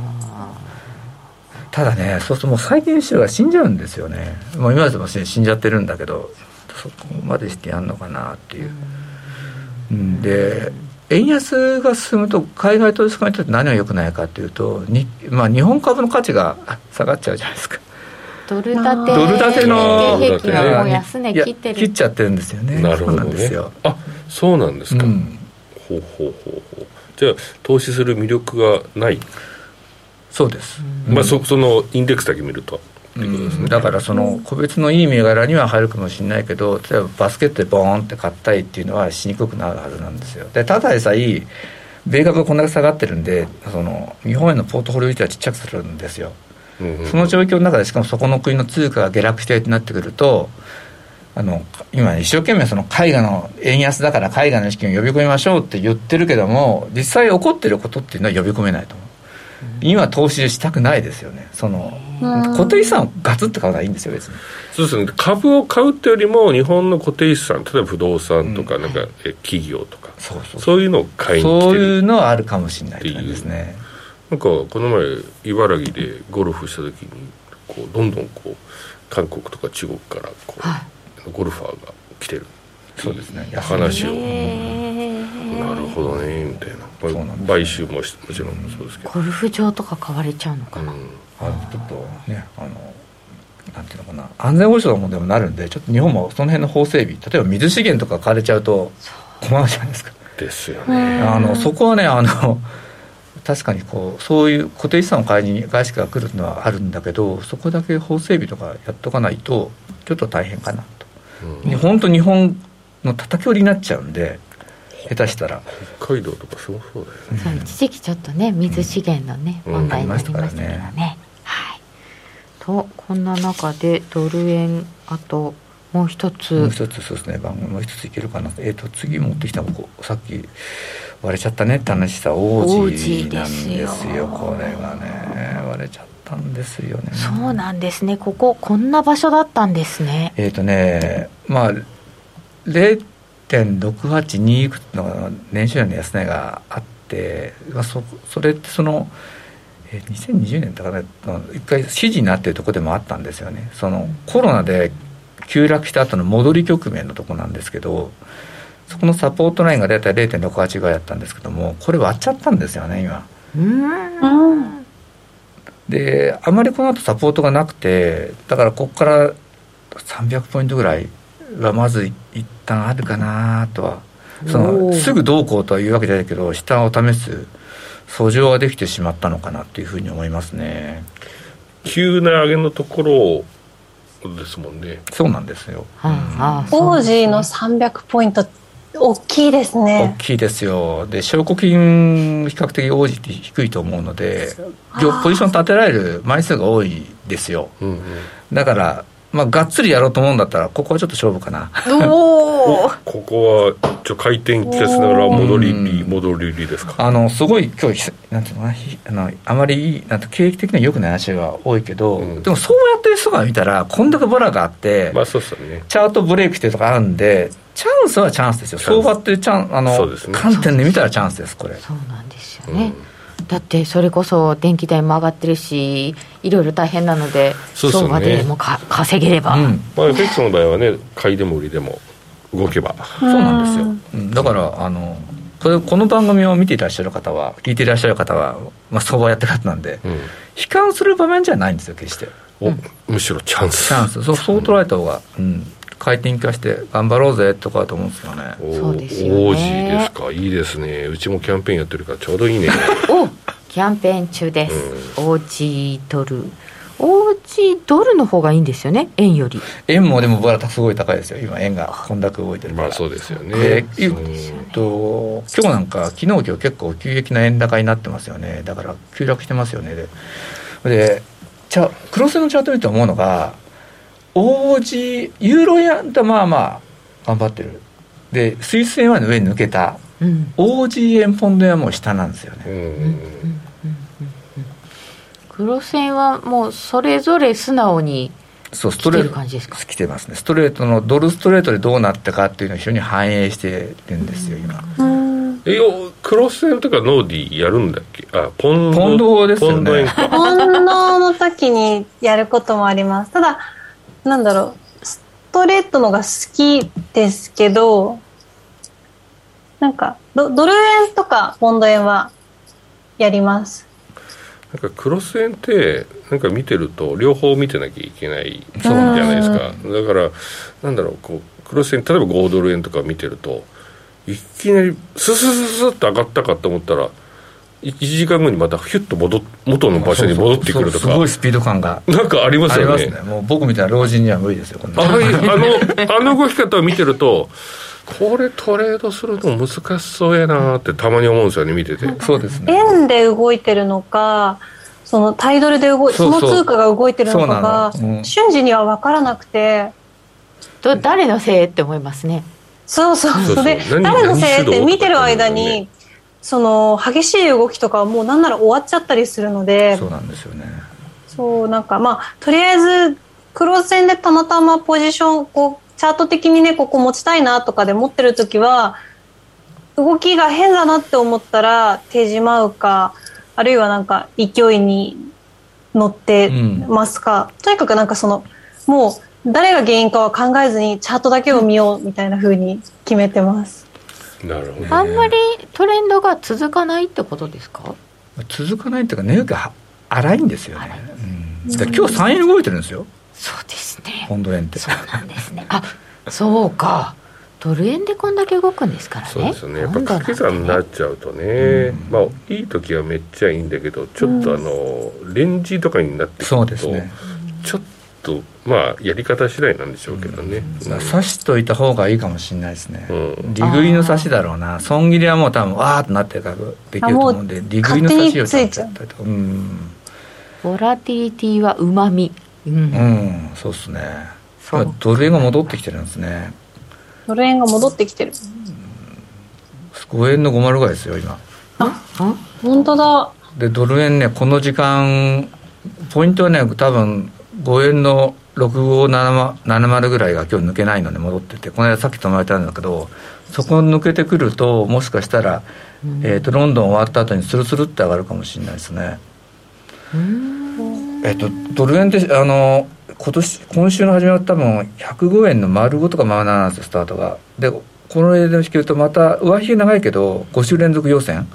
ただね、そうするともう債券市場が死んじゃうんですよね。もう今でも死んじゃってるんだけど、そこまでしてやんのかなっていう、で円安が進むと海外投資家にとって何が良くないかというと、日本株の価値が下がっちゃうじゃないですか。 ドル建ての平均はもう安値切ってる、 切っちゃってるんですよね。 なるほどね。そうなんですよ。そうなんですか、ほうじゃあ投資する魅力がない。 そうです、 そのインデックスだけ見るとってことですね。 だから個別のいい銘柄には入るかもしれないけど、例えばバスケットでボーンって買ったりっていうのはしにくくなるはずなんですよ。でただでさえ米株がこんだけ下がってるんで、日本へのポートフォリオ率はちっちゃくするんですよ、その状況の中でしかもそこの国の通貨が下落してってなってくると、今一生懸命海外の円安だから海外の資金を呼び込みましょうって言ってるけども、実際起こってることっていうのは呼び込めないと思う。今投資したくないですよね。固定資産をガツッと買うのはいいんですよ別に。 そうですね、株を買うってよりも日本の固定資産、例えば不動産とか、なんか企業とか、そういうのを買いに来てる、 そういうのはあるかもしれないって感じですね。 なんかこの前茨城でゴルフした時にどんどん韓国とか中国からゴルファーが来てる、 そうですね、 話をなるほどねみたいな、買収ももちろんそうですけど、 ゴルフ場とか買われちゃうのかな、 ちょっとねなんていうのかな、安全保障の問題もなるんで、ちょっと日本もその辺の法整備、例えば水資源とか買われちゃうと困るじゃないですか。 ですよね。 そこはね確かにそういう固定資産を買いに外資が来るのはあるんだけど、そこだけ法整備とかやっとかないとちょっと大変かなと、本当日本の叩き売りになっちゃうんで、下手したら北海道とかすごそうだよね。 そう、一時期ちょっとね水資源のね、問題になりましたけどね、はい。とこんな中でドル円、あともう一つそうですね、番組もう一ついけるかな。次持ってきたさっき割れちゃったねって話したオージーなんですよ。これがね割れちゃったんですよね。 そうなんですね。こんな場所だったんですね。 まあ0.682 いくつの年初来の安値があって、それって2020年だから一回支持になっているところでもあったんですよね。コロナで急落した後の戻り局面のところなんですけど、そこのサポートラインがだいたい 0.68 ぐらいだったんですけども、これ割っちゃったんですよね今。であまりこの後サポートがなくて、だからここから300ポイントぐらいはまず一旦あるかなとは、すぐどうこうとはいうわけじゃないけど、下を試す訴状ができてしまったのかなというふうに思いますね。 急な上げのところですもんね。 そうなんですよ。 オージーの300ポイント大きいですね。 大きいですよ。で証拠金比較的オージーって低いと思うので、ポジション立てられる枚数が多いですよ、だからがっつりやろうと思うんだったらここはちょっと勝負かな。 ここは回転利かせながら戻り利ですか。 すごい今日なんていうのかな、あまり経営的には良くない話が多いけど、でもそうやってる人が見たらこんだけボラがあって、 そうですよね、 チャートブレイクしてるとかあるんで、チャンスはチャンスですよ。相場って観点で見たらチャンスです。これそうなんですよね、 だってそれこそ電気代も上がってるし、いろいろ大変なので、相場でも稼げれば、 FX の場合はね、買いでも売りでも動けば、 そうなんですよ。だからこの番組を見ていらっしゃる方は、聞いていらっしゃる方は、相場やってる方なんで、悲観する場面じゃないんですよ決して。 むしろチャンス。 そう捉えた方が、回転化して頑張ろうぜとかと思うんですよね。 そうですよね。 オージーですか、いいですね。うちもキャンペーンやってるからちょうどいいね。 キャンペーン中です、オージードル。オージードルの方がいいんですよね、円より。 円もでもボラすごい高いですよ今。円がこんだけ動いてるから。 そうですよね。 今日なんか昨日今日結構急激な円高になってますよね。だから急落してますよね。でクロスのチャート見て思うのが、オージーユーロ円と頑張ってる。でスイス円は上に抜けた、オージー円ポンド円はもう下なんですよね。 クロス円はもうそれぞれ素直に来てる感じですか。 来てますね。ストレートのドルストレートでどうなったかっていうのを非常に反映してるんですよ今。 クロス円とかノーディーやるんだっけ。ポンドですよね。 ポンドの時にやることもあります。ただストレートのが好きですけど、なんかドル円とかポンド円はやります。 なんかクロス円ってなんか見てると両方見てなきゃいけないじゃないですか。だからクロス円、例えば5ドル円とか見てるといきなりスッと上がったかと思ったら1時間後にまたヒュッと元の場所に戻ってくるとか、 すごいスピード感がなんかありますよね。 もう僕みたいな老人には無理ですよ。 あの動き方を見てるとこれトレードするの難しそうやなってたまに思うんですよね、見てて。 そうですね。 円で動いてるのか、そのタイドルで動いて、その通貨が動いてるのかが瞬時には分からなくて、 誰のせいって思いますね。 そうで、誰のせいって見てる間に、その激しい動きとかはもうなんなら終わっちゃったりするので、 そうなんですよね。 そうなんかとりあえずクロス戦でたまたまポジションこうチャート的にねここ持ちたいなとかで持ってる時は動きが変だなって思ったら手じまうか、あるいはなんか勢いに乗ってますか、とにかくなんかそのもう誰が原因かは考えずにチャートだけを見ようみたいな風に決めてます。 なるほど、ね、 あんまりトレンドが続かないってことですか？ 続かないっていうか値動きが荒いんですよね、だ今日3円動いてるんですよ。 そうですね、 ポンド円ってそうなんですね。あ、そうか、ドル円でこんだけ動くんですからね。 そうですね、やっぱ掛け算になっちゃうとね、いい時はめっちゃいいんだけど、ちょっとレンジとかになってくると、 そうですね、 ちょっとやり方次第なんでしょうけどね、 指しといた方がいいかもしれないですね、利食いの指しだろうな。損切りはもう多分わーっとなってるからできると思うんで、利食いの指しをちゃんとやったりとか、 ボラティリティはうまみ、 そうですね。ドル円が戻ってきてるんですね。 ドル円が戻ってきてる。 5円の50ぐらいですよ今。 本当だ。 でドル円ね、この時間ポイントはね、多分5円の6570ぐらいが今日抜けないので戻ってて、この間さっき止まれたんだけど、そこ抜けてくるともしかしたら、ロンドン終わった後にスルスルって上がるかもしれないですね。ドル円って今週の初めは多分105円の丸5とか丸7なんですよ、スタートが。でこの絵で引けるとまた上髭長いけど5週連続陽線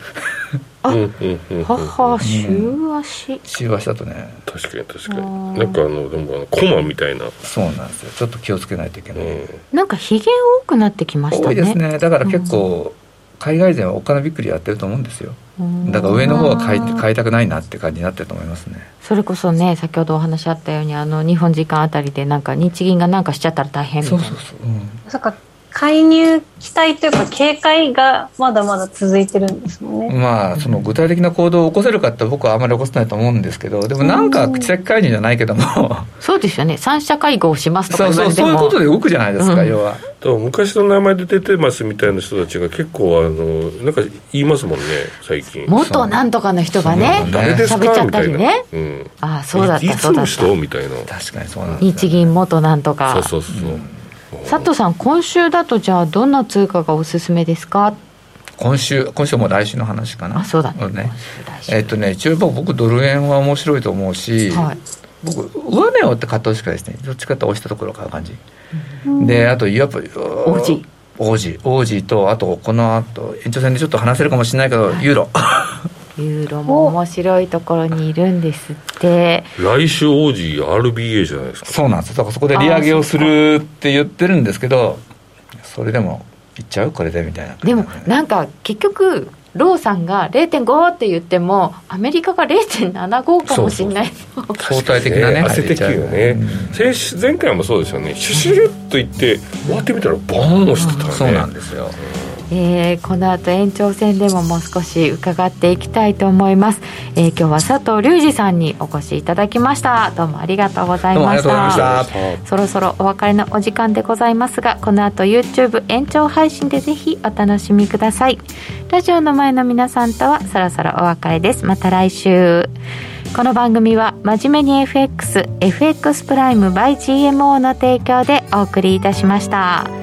週足だとね、 確かになんかでもコマみたいな。 そうなんですよ、ちょっと気をつけないといけない、 なんかひげ多くなってきましたね。 多いですね。だから結構、海外勢はおっかなびっくりやってると思うんですよ。だから上の方は買いたくないなって感じになってると思いますね。 それこそね、先ほどお話あったように日本時間あたりでなんか日銀がなんかしちゃったら大変みたいな。 そうか、介入期待というか警戒がまだまだ続いてるんですもんね。 その具体的な行動を起こせるかって僕はあまり起こせないと思うんですけど、でもなんか口先介入じゃないけどもそうですよね、3者会合をしますとか言われてもそういうことで動くじゃないですか、要は。 昔の名前で出てますみたいな人たちが結構なんか言いますもんね、最近。 元なんとかの人がね喋っちゃったりね、そうだったいつの人みたいな。 確かにそうなんですよ、 日銀元なんとか。 そう佐藤さん、今週だとじゃあどんな通貨がおすすめですか？ 今週も来週の話かな。 そうだね。 一応僕ドル円は面白いと思うし、僕上値をって買ってほしくないですね。どっちかって押したところ買う感じ、であとやっぱオージーと、あとこの後延長戦でちょっと話せるかもしれないけど、ユーロも面白いところにいるんですって。 来週オージー RBA じゃないですか。 そうなんですよ。だからそこで利上げをするって言ってるんですけど、それでもいっちゃうこれでみたいな。 でもなんか結局ローさんが 0.5 って言ってもアメリカが 0.75 かもしれない。 相対的なね、 汗的よね、前回もそうですよね。シュシュシュッといって終わってみたらボーン押してたね。 そうなんですよ。 この後延長戦でももう少し伺っていきたいと思います。今日は佐藤隆二さんにお越しいただきました。どうもありがとうございました。そろそろお別れのお時間でございますが、この後 YouTube 延長配信でぜひお楽しみください。ラジオの前の皆さんとはそろそろお別れです。また来週。この番組は真面目に FX プライム by GMO の提供でお送りいたしました。